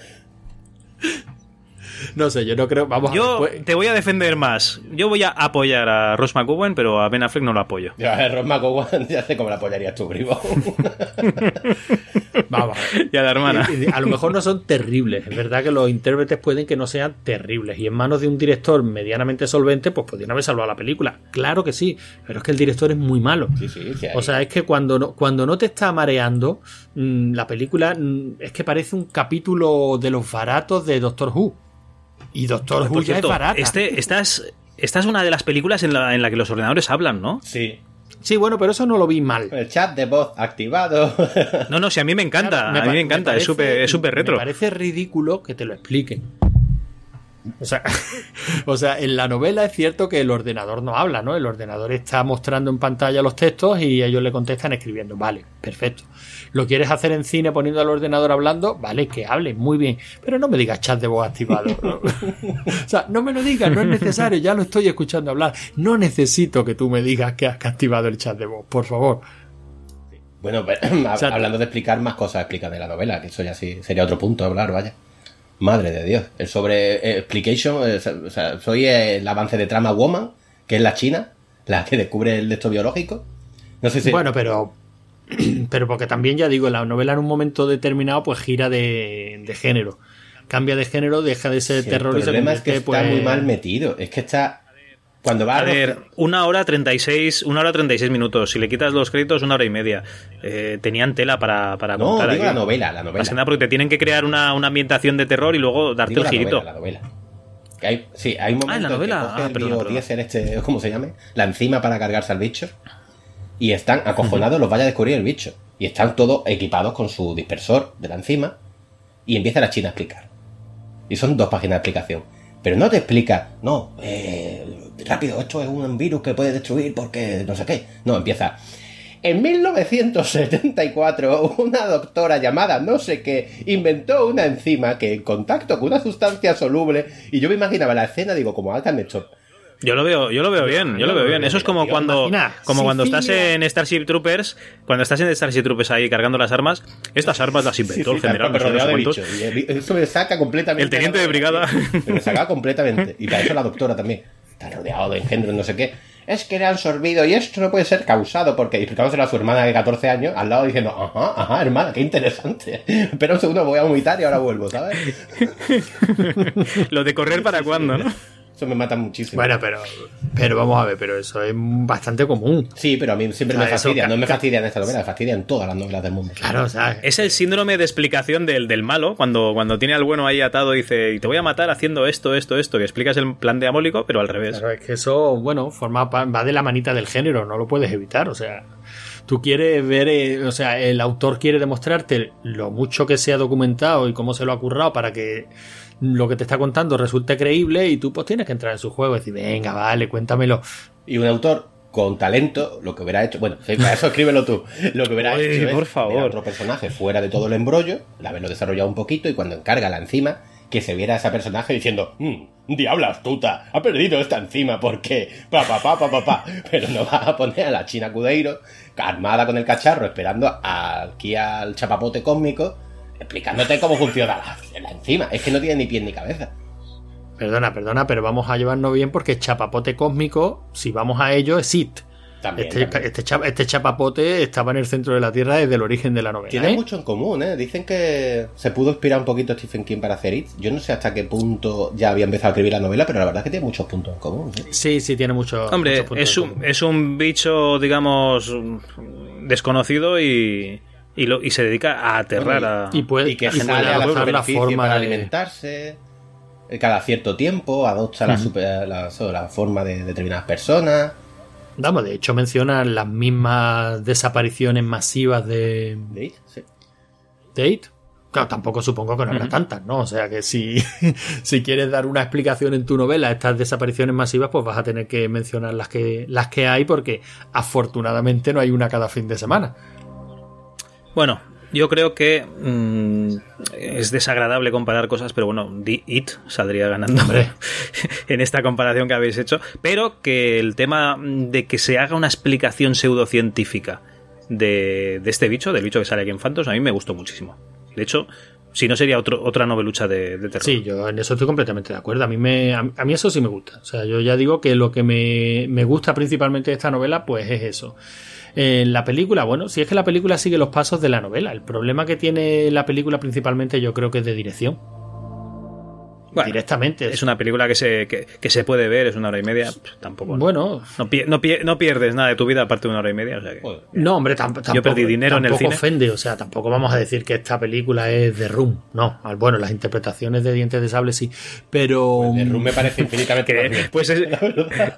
No sé, yo no creo. Vamos a Yo ver. pues- te voy a defender más. Yo voy a apoyar a Ross McGowan, pero a Ben Affleck no lo apoyo. Yo a Ron McGowan ya sé cómo la apoyarías tú, primo. Vamos a ver. Y a la hermana. Y- y a lo mejor no son terribles. Es verdad que los intérpretes pueden que no sean terribles. Y en manos de un director medianamente solvente, pues podrían haber salvado la película. Claro que sí. Pero es que el director es muy malo. Sí, sí, sí. O sea, es que cuando no, cuando no te está mareando, mmm, la película mmm, es que parece un capítulo de los baratos de Doctor Who. Y Doctor Who Por ya cierto, es barata. este, esta, es, esta es una de las películas en la, en la que los ordenadores hablan, ¿no? Sí. Sí, bueno, pero eso no lo vi mal. El chat de voz activado. No, no, si a mí me encanta, Claro, a mí pa- me encanta, parece- es súper es súper retro. Me parece ridículo que te lo expliquen. O sea, o sea, en la novela es cierto que el ordenador no habla, ¿no? El ordenador está mostrando en pantalla los textos y ellos le contestan escribiendo. Vale, perfecto. ¿Lo quieres hacer en cine poniendo al ordenador hablando? Vale, que hable, muy bien. Pero no me digas chat de voz activado, ¿no? O sea, no me lo digas, no es necesario, ya lo estoy escuchando hablar. No necesito que tú me digas que has activado el chat de voz, por favor. Bueno, pero, o sea, hablando de explicar más cosas, explica de la novela, que eso ya sí sería otro punto a hablar, vaya. Madre de Dios. El sobre eh, Explication, eh, o sea, soy el avance de Trama Woman, que es la china, la que descubre el texto biológico. No sé si... Bueno, pero... Pero porque también, ya digo, la novela en un momento determinado pues gira de, de género. Cambia de género, deja de ser sí, terror el y se problema es que pues... está muy mal metido. Es que está... Cuando va a a ver, una hora treinta y seis, una hora treinta y seis minutos. Si le quitas los créditos, una hora y media. Eh, tenían tela para, para no, contar. No, digo aquí. la novela, la novela. Más que nada porque te tienen que crear una, una ambientación de terror y luego darte digo el la girito. Novela, la novela. Que hay, sí, hay un momento ah, ¿en la novela? que coge ah, el perdona, biodiesel este, ¿cómo se llame? La enzima para cargarse al bicho. Y están acojonados, los vaya a descubrir el bicho. Y están todos equipados con su dispersor de la enzima. Y empieza la china a explicar. Y son dos páginas de explicación. Pero no te explica, no, eh, rápido, esto es un virus que puede destruir porque no sé qué. No, empieza. En mil novecientos setenta y cuatro, una doctora llamada no sé qué inventó una enzima que en contacto con una sustancia soluble. Y yo me imaginaba la escena, digo, como Alcan hecho. Yo lo veo, yo lo veo bien, yo lo veo bien. Eso es como cuando, como cuando estás en Starship Troopers, cuando estás en Starship Troopers ahí cargando las armas, estas armas las inventó sí, sí, el general. Pero rodeado de bichos. Y eso me saca completamente. El teniente de brigada. Me saca completamente. Y para eso la doctora también. Está rodeado de engendros, no sé qué. Es que le han sorbido y esto no puede ser causado porque disfrutándoselo a su hermana de catorce años al lado diciendo, ajá, ajá, hermana, qué interesante. Espera un segundo, voy a vomitar y ahora vuelvo, ¿sabes? Lo de correr para cuándo, ¿no? Eso me mata muchísimo. Bueno, pero pero vamos a ver, pero eso es bastante común. Sí, pero a mí siempre o sea, me fastidia. eso, no me fastidia en esta novela, me fastidia en todas las novelas del mundo. Claro, o sea... Es el síndrome de explicación del, del malo, cuando, cuando tiene al bueno ahí atado y dice, y te voy a matar haciendo esto, esto, esto, que explicas el plan diabólico, pero al revés. Claro, es que eso, bueno, forma va de la manita del género, no lo puedes evitar, o sea... Tú quieres ver, eh, o sea, el autor quiere demostrarte lo mucho que se ha documentado y cómo se lo ha currado para que lo que te está contando resulte creíble y tú pues tienes que entrar en su juego y decir, venga, vale, cuéntamelo. Y un autor con talento, lo que hubiera hecho, bueno, para eso escríbelo tú, lo que hubiera Uy, hecho por es favor. ver a otro personaje fuera de todo el embrollo, el haberlo desarrollado un poquito y cuando encarga la enzima, que se viera a ese personaje diciendo, mmm, diabla astuta, ha perdido esta enzima porque pa pa pa pa pa pa, pero no va a poner a la China Cudeiro armada con el cacharro esperando aquí al chapapote cósmico explicándote cómo funciona la, la enzima. Es que no tiene ni pie ni cabeza. Perdona, perdona, pero vamos a llevarnos bien porque chapapote cósmico, si vamos a ello, es It. También, este, también. Este, chap, este chapapote estaba en el centro de la Tierra desde el origen de la novela. Tiene ¿eh? mucho en común, ¿eh? Dicen que se pudo inspirar un poquito Stephen King para hacer It. Yo no sé hasta qué punto ya había empezado a escribir la novela, pero la verdad es que tiene muchos puntos en común. ¿eh? Sí, sí, tiene mucho, Hombre, muchos puntos es en un, común. es un bicho, digamos, desconocido y, y, lo, y se dedica a aterrar a... Y puede, Y que y sale puede a la adaptar la superficie forma para de... alimentarse. Cada cierto tiempo adopta la, super, la, la forma de determinadas personas. Vamos, de hecho mencionan las mismas desapariciones masivas de... ¿De It? Sí. ¿De It? Claro, tampoco supongo que no habrá uh-huh. tantas, ¿no? O sea que si, si quieres dar una explicación en tu novela a estas desapariciones masivas, pues vas a tener que mencionar las que, las que hay porque afortunadamente no hay una cada fin de semana. Bueno, yo creo que mmm, es desagradable comparar cosas, pero bueno, The It saldría ganando en esta comparación que habéis hecho, pero que el tema de que se haga una explicación pseudocientífica de, de este bicho, del bicho que sale aquí en Phantoms, a mí me gustó muchísimo. De hecho, si no sería otro, otra novelucha de, de terror. Sí, yo en eso estoy completamente de acuerdo. A mí, me, a, a mí eso sí me gusta. O sea, yo ya digo que lo que me, me gusta principalmente de esta novela, pues es eso. En la película, bueno, si es que la película sigue los pasos de la novela. El problema que tiene la película principalmente yo creo que es de dirección. Bueno, directamente. Es una película que se, que, que se puede ver, es una hora y media, pues, tampoco. Bueno. No, no, no pierdes nada de tu vida aparte de una hora y media. O sea que, no, hombre, tamp tampoco. Yo perdí dinero en el cine. ofende, o sea, tampoco vamos a decir que esta película es de Room. No, bueno, las interpretaciones de Dientes de Sable sí, pero. Pues de Room me parece infinitamente más bien. Pues es.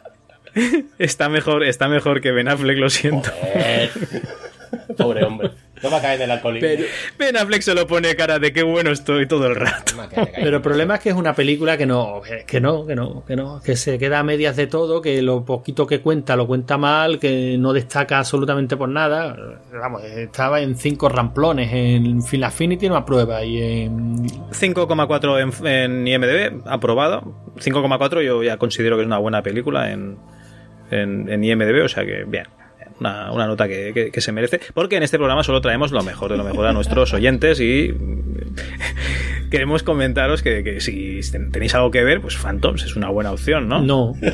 Está mejor, está mejor que Ben Affleck, lo siento. Joder. Pobre hombre. No me cae del alcoholismo. Pero, Ben Affleck se lo pone cara de qué bueno estoy todo el rato. pero el problema es que es una película que no, que no, que no, que no, que se queda a medias de todo, que lo poquito que cuenta lo cuenta mal, que no destaca absolutamente por nada. Vamos, estaba en cinco ramplones en Film Affinity, no aprueba, y en cinco coma cuatro en, en I M D B, aprobado. cinco coma cuatro yo ya considero que es una buena película en, en, en I M D B, o sea que bien. Una, una nota que, que, que se merece, porque en este programa solo traemos lo mejor de lo mejor a nuestros oyentes y queremos comentaros que, que si tenéis algo que ver, pues Phantoms es una buena opción, ¿no? No. O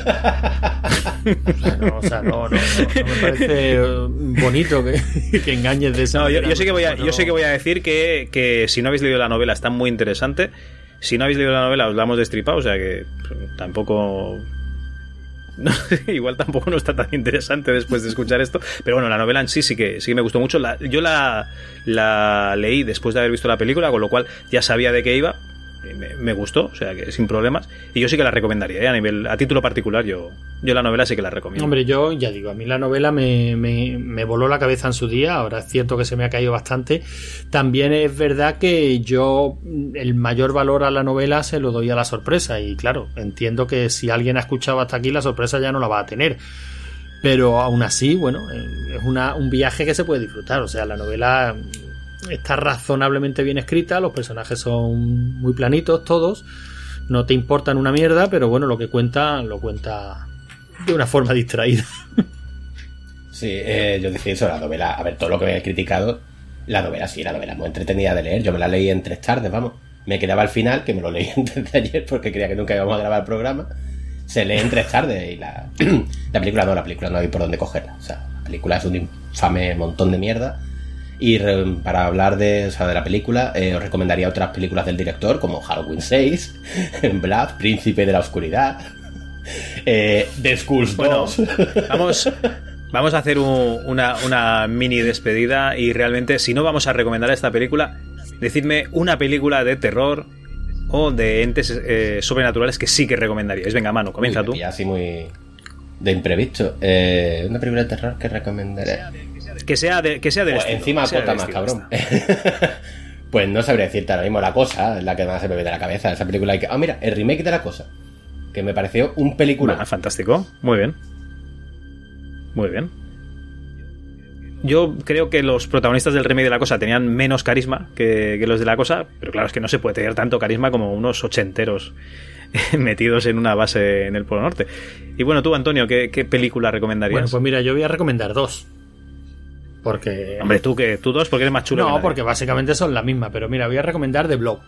sea, no, o sea, no, no, no, no me parece bonito que, que engañes de esa no, manera. Yo, yo, sé que voy a, no. yo sé que voy a decir que, que si no habéis leído la novela está muy interesante. Si no habéis leído la novela os la hemos destripado, o sea que tampoco... No, igual tampoco no está tan interesante después de escuchar esto, pero bueno, la novela en sí sí que sí que me gustó mucho. La, yo la, la leí después de haber visto la película, con lo cual ya sabía de qué iba. Me, me gustó, o sea que sin problemas, y yo sí que la recomendaría, ¿eh? a nivel a título particular yo, yo la novela sí que la recomiendo. Hombre, yo ya digo, a mí la novela me, me, me voló la cabeza en su día, ahora es cierto que se me ha caído bastante. También es verdad que yo el mayor valor a la novela se lo doy a la sorpresa, y claro, entiendo que si alguien ha escuchado hasta aquí la sorpresa ya no la va a tener, pero aún así, bueno, es una, un viaje que se puede disfrutar. O sea, la novela está razonablemente bien escrita, los personajes son muy planitos todos, no te importan una mierda, pero bueno, lo que cuenta lo cuenta de una forma distraída. Sí, eh, yo decía eso, la novela, a ver, todo lo que he criticado, la novela sí, la novela muy entretenida de leer, yo me la leí en tres tardes, vamos, me quedaba al final, que me lo leí antes de ayer porque creía que nunca íbamos a grabar el programa, se lee en tres tardes, y la, la película no, la película no hay por dónde cogerla, o sea, la película es un infame montón de mierda. Y re, para hablar de, o sea, de la película, eh, os recomendaría otras películas del director, como Halloween seis, Blood, Príncipe de la Oscuridad, eh, The Skulls dos. Bueno, vamos, vamos a hacer un, una, una mini despedida, y realmente, si no vamos a recomendar esta película, decidme una película de terror o de entes eh, sobrenaturales que sí que recomendaríais. Venga, Manu, comienza Uy, tú. Y así muy de imprevisto. Eh, una película de terror que recomendaré. Que sea de, que sea del Pues estilo, encima sea corta del más, estilo, cabrón. Pues no sabría decirte ahora mismo La Cosa, es la que más se me ve de la cabeza. Esa película hay que... Ah, mira, el remake de La Cosa, que me pareció un película. Ah, fantástico, muy bien. Muy bien. Yo creo que los protagonistas del remake de La Cosa tenían menos carisma que, que los de La Cosa, pero claro, es que no se puede tener tanto carisma como unos ochenteros metidos en una base en el Polo Norte. Y bueno, tú, Antonio, ¿qué, qué película recomendarías? Bueno, pues mira, yo voy a recomendar dos. Porque... Hombre, tú que tú dos, porque eres más chulo. No, que nadie. porque básicamente son la misma, pero mira, voy a recomendar The Blob.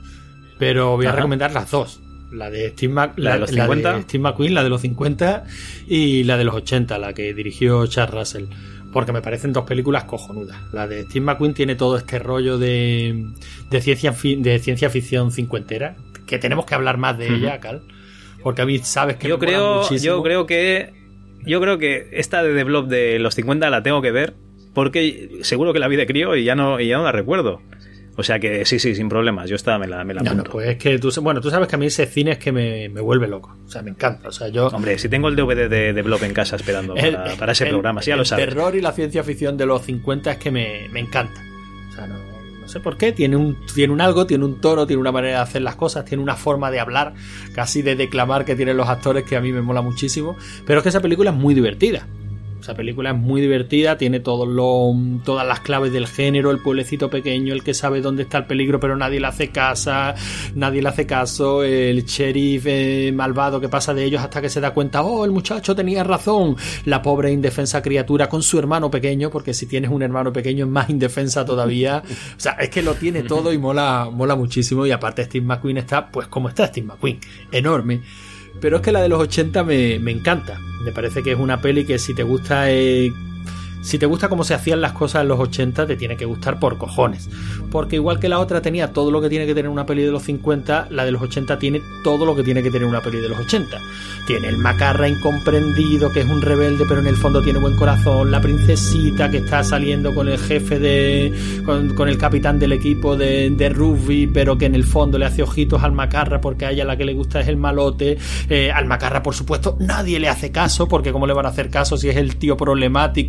Pero voy Ajá. a recomendar las dos. La de Steve, Mac- ¿La de los la cincuenta? de Steve McQueen, la de los cincuenta, y la de los ochenta, la que dirigió Charles Russell. Porque me parecen dos películas cojonudas. La de Steve McQueen tiene todo este rollo de, de, ciencia, fi- de ciencia ficción cincuentera, que tenemos que hablar más de Uh-huh. ella, Cal. Porque a mí sabes que yo me mola creo, muchísimo. yo creo que yo creo que esta de The Blob de los cincuenta la tengo que ver, porque seguro que la vi de crío y ya no, y ya no la recuerdo. O sea que sí, sí, sin problemas. Yo esta me la, me la No, apunto. no, pues es que tú, bueno, tú sabes que a mí ese cine es que me, me vuelve loco. O sea, me encanta. O sea, yo... Hombre, si tengo el D V D de, de Blob en casa esperando el, para, para ese el, programa, sí, ya lo el sabes. El terror y la ciencia ficción de los cincuenta es que me, me encanta. O sea, no, no sé por qué. Tiene un, tiene un algo, tiene un tono, tiene una manera de hacer las cosas, tiene una forma de hablar, casi de declamar que tienen los actores, que a mí me mola muchísimo. Pero es que esa película es muy divertida. Esa película es muy divertida, tiene todos los, todas las claves del género, el pueblecito pequeño, el que sabe dónde está el peligro pero nadie le hace caso, nadie le hace caso, el sheriff eh, malvado que pasa de ellos hasta que se da cuenta, oh, el muchacho tenía razón, la pobre indefensa criatura con su hermano pequeño, porque si tienes un hermano pequeño es más indefensa todavía. O sea, es que lo tiene todo y mola, mola muchísimo, y aparte Steve McQueen está, pues como está Steve McQueen, enorme. Pero es que la de los ochenta me, me encanta. Me parece que es una peli que si te gusta eh, si te gusta cómo se hacían las cosas en los ochenta, te tiene que gustar por cojones. Porque igual que la otra tenía todo lo que tiene que tener una peli de los cincuenta, la de los ochenta tiene todo lo que tiene que tener una peli de los ochenta. Tiene el macarra incomprendido, que es un rebelde pero en el fondo tiene buen corazón, la princesita que está saliendo con el jefe de con, con el capitán del equipo de, de rugby, pero que en el fondo le hace ojitos al macarra porque a ella la que le gusta es el malote. eh, al macarra, por supuesto, nadie le hace caso, porque cómo le van a hacer caso si es el tío problemático, y el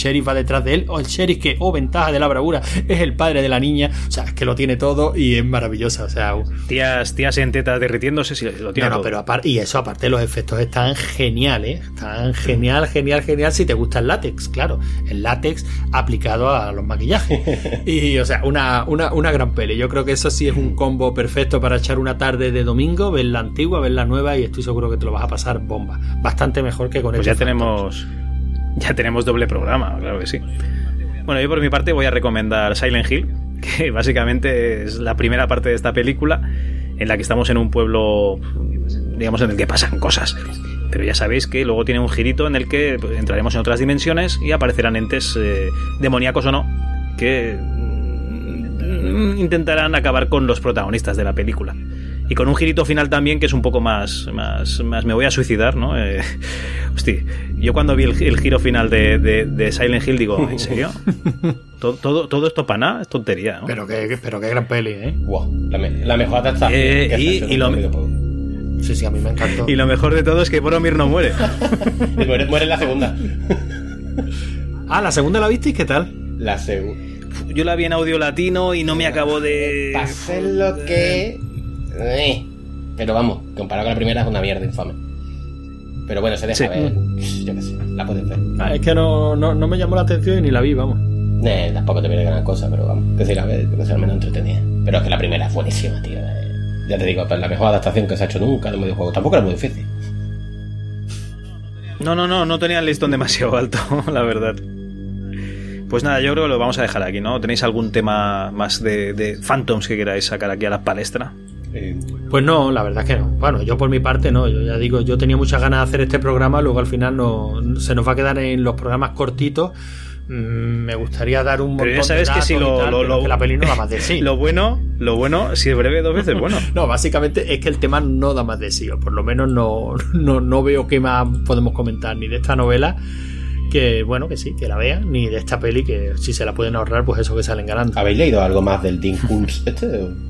sheriff va detrás de él, o el sheriff que, oh, ventaja de la bravura, es el padre de la niña. O sea, es que lo tiene todo y es maravillosa. O sea, tías, tías en tetas derritiéndose, sí, lo tiene no, no, todo. Pero aparte, y eso aparte, los efectos están geniales, ¿eh? Están genial, genial, genial si te gusta el látex, claro. El látex aplicado a los maquillajes. Y, o sea, una, una, una gran peli. Yo creo que eso sí es un combo perfecto para echar una tarde de domingo, ver la antigua, ver la nueva, y estoy seguro que te lo vas a pasar bomba. Bastante mejor que con pues este ya tenemos ya tenemos doble programa, claro que sí. Bueno, yo por mi parte voy a recomendar Silent Hill, que básicamente es la primera parte de esta película en la que estamos en un pueblo, digamos, en el que pasan cosas. Pero ya sabéis que luego tiene un girito en el que entraremos en otras dimensiones y aparecerán entes eh, demoníacos o no, que mm, intentarán acabar con los protagonistas de la película. Y con un girito final también que es un poco más, más, más me voy a suicidar, ¿no? Eh, hostia, yo cuando vi el, el giro final de, de, de Silent Hill digo, ¿en serio? Todo, todo, todo esto para nada es tontería, ¿no? Pero qué, pero qué gran peli, ¿eh? Wow, la, me, la mejor adaptación eh, que y, y lo Sí, sí, a mí me encantó. Y lo mejor de todo es que Boromir no muere. muere, muere en la segunda. Ah, ¿la segunda la visteis? ¿Qué tal? La segunda. Yo la vi en audio latino y no me acabo de... Pasé lo que... Eh. Pero vamos, comparado con la primera es una mierda infame. Pero bueno, se deja sí. ver. Yo qué sé, la puedes ver. Ah, es que no, no, no me llamó la atención y ni la vi, vamos. Eh, tampoco te viene gran cosa, pero vamos, que si la ves, que sea al menos entretenida. Pero es que la primera es buenísima, tío. Ya te digo, pues la mejor adaptación que se ha hecho nunca de un videojuego. Tampoco era muy difícil. No, no, no, no tenía el listón demasiado alto, la verdad. Pues nada, yo creo que lo vamos a dejar aquí, ¿no? ¿Tenéis algún tema más de, de Phantoms que queráis sacar aquí a la palestra? Eh, Pues no, la verdad es que no. Bueno, yo por mi parte no. Yo ya digo, yo tenía muchas ganas de hacer este programa, luego al final no, se nos va a quedar en los programas cortitos. Me gustaría dar un montón pero ya sabes de que si lo, tal, lo, pero lo que la peli no da más de sí. lo bueno, lo bueno, si es breve dos veces bueno. No, básicamente es que el tema no da más de sí, o por lo menos no, no, no veo qué más podemos comentar ni de esta novela, que bueno, que sí, que la vean, ni de esta peli, que si se la pueden ahorrar, pues eso, que salen ganando. ¿Habéis leído algo más del Dean Koontz este?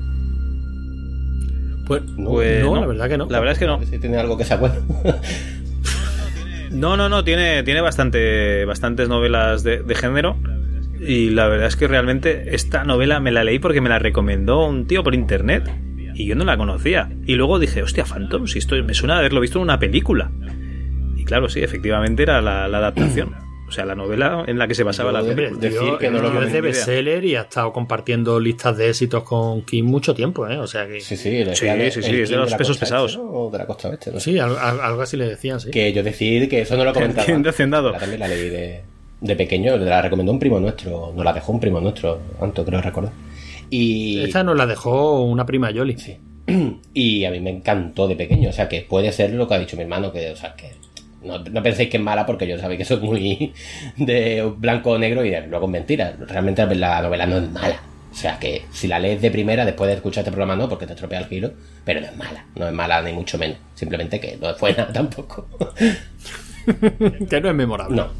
Pues No, pues no, no, la verdad que no. La verdad es que no. Si tiene algo que sea bueno. No, no, no, tiene, tiene bastante, bastantes novelas de, de género. Y la verdad es que realmente esta novela me la leí porque me la recomendó un tío por internet y yo no la conocía. Y luluego dije, hostia, Phantom, si esto me suena de haberlo visto en una película. Y claro, sí, efectivamente era la, la adaptación. O sea, la novela en la que se basaba Yo la de- película. decir Tío, que no el lo tío es de conocía. bestseller y ha estado compartiendo listas de éxitos con Kim mucho tiempo, ¿eh? O sea que... Sí, sí, le Sí, decían sí, el sí, es de King los la pesos costa pesados. este, ¿no? O de la costa oeste, ¿no? Sí, algo, algo así le decían, sí. Que yo decir que eso no lo comentaba. Entiende, hacendado. La también la leí de, de pequeño, la recomendó un primo nuestro, nos la dejó un primo nuestro, Anto, creo recordar. Y... Esta nos la dejó una prima Yoli. Sí. Y a mí me encantó de pequeño, o sea que puede ser lo que ha dicho mi hermano, que, o sea, que no, no penséis que es mala porque yo sabéis que soy muy de blanco o negro y luego es mentira. Realmente la novela no es mala. O sea que si la lees de primera, después de escuchar este programa, no, porque te estropea el giro, pero no es mala, no es mala ni mucho menos. Simplemente que no es buena tampoco. Que no es memorable. No.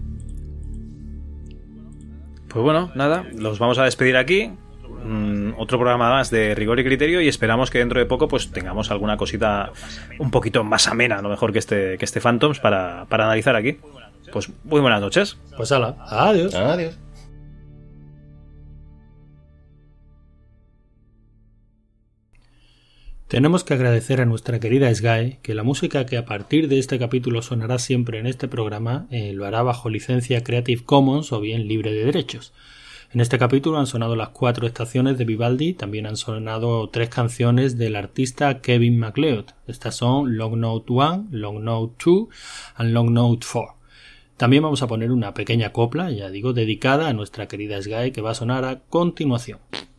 Pues bueno, nada, los vamos a despedir aquí. Mm, otro programa más de Rigor y Criterio y esperamos que dentro de poco pues tengamos alguna cosita un poquito más amena, a lo mejor que este, que este Phantoms para, para analizar aquí. Pues muy buenas noches. Pues hala, adiós. Adiós. Tenemos que agradecer a nuestra querida Sky que la música que a partir de este capítulo sonará siempre en este programa eh, lo hará bajo licencia Creative Commons o bien libre de derechos. En este capítulo han sonado las cuatro estaciones de Vivaldi, también han sonado tres canciones del artista Kevin MacLeod. Estas son Long Note uno, Long Note dos y Long Note cuatro. También vamos a poner una pequeña copla, ya digo, dedicada a nuestra querida Sky, que va a sonar a continuación.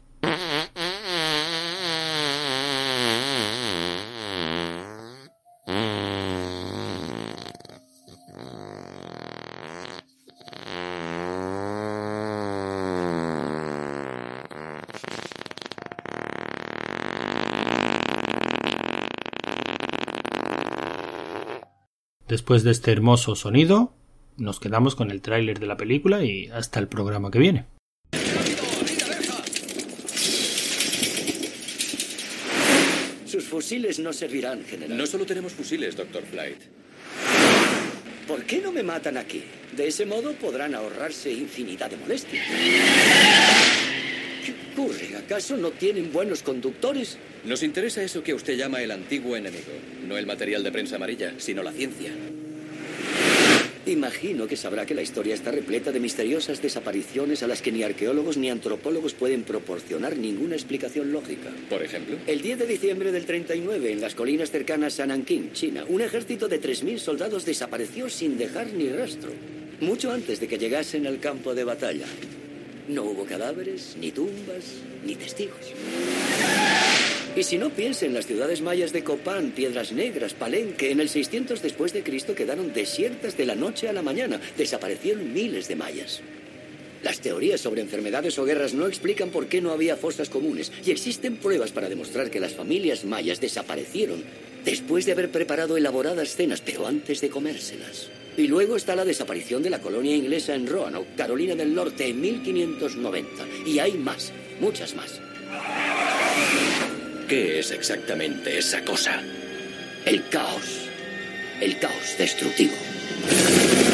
Después de este hermoso sonido, nos quedamos con el tráiler de la película y hasta el programa que viene. Sus fusiles no servirán, general. No solo tenemos fusiles, doctor Flight. ¿Por qué no me matan aquí? De ese modo podrán ahorrarse infinidad de molestias. ¿Qué ocurre? ¿Acaso no tienen buenos conductores? Nos interesa eso que usted llama el antiguo enemigo. No el material de prensa amarilla, sino la ciencia. Imagino que sabrá que la historia está repleta de misteriosas desapariciones a las que ni arqueólogos ni antropólogos pueden proporcionar ninguna explicación lógica. Por ejemplo, El diez de diciembre del treinta y nueve, en las colinas cercanas a Nankín, China, un ejército de tres mil soldados desapareció sin dejar ni rastro, mucho antes de que llegasen al campo de batalla. No hubo cadáveres, ni tumbas, ni testigos. Y si no, piensen en las ciudades mayas de Copán, Piedras Negras, Palenque. En el seiscientos después de Cristo quedaron desiertas de la noche a la mañana. Desaparecieron miles de mayas. Las teorías sobre enfermedades o guerras no explican por qué no había fosas comunes. Y existen pruebas para demostrar que las familias mayas desaparecieron después de haber preparado elaboradas cenas, pero antes de comérselas. Y luego está la desaparición de la colonia inglesa en Roanoke, Carolina del Norte, en mil quinientos noventa. Y hay más, muchas más. ¿qué es exactamente esa cosa? El caos. El caos destructivo.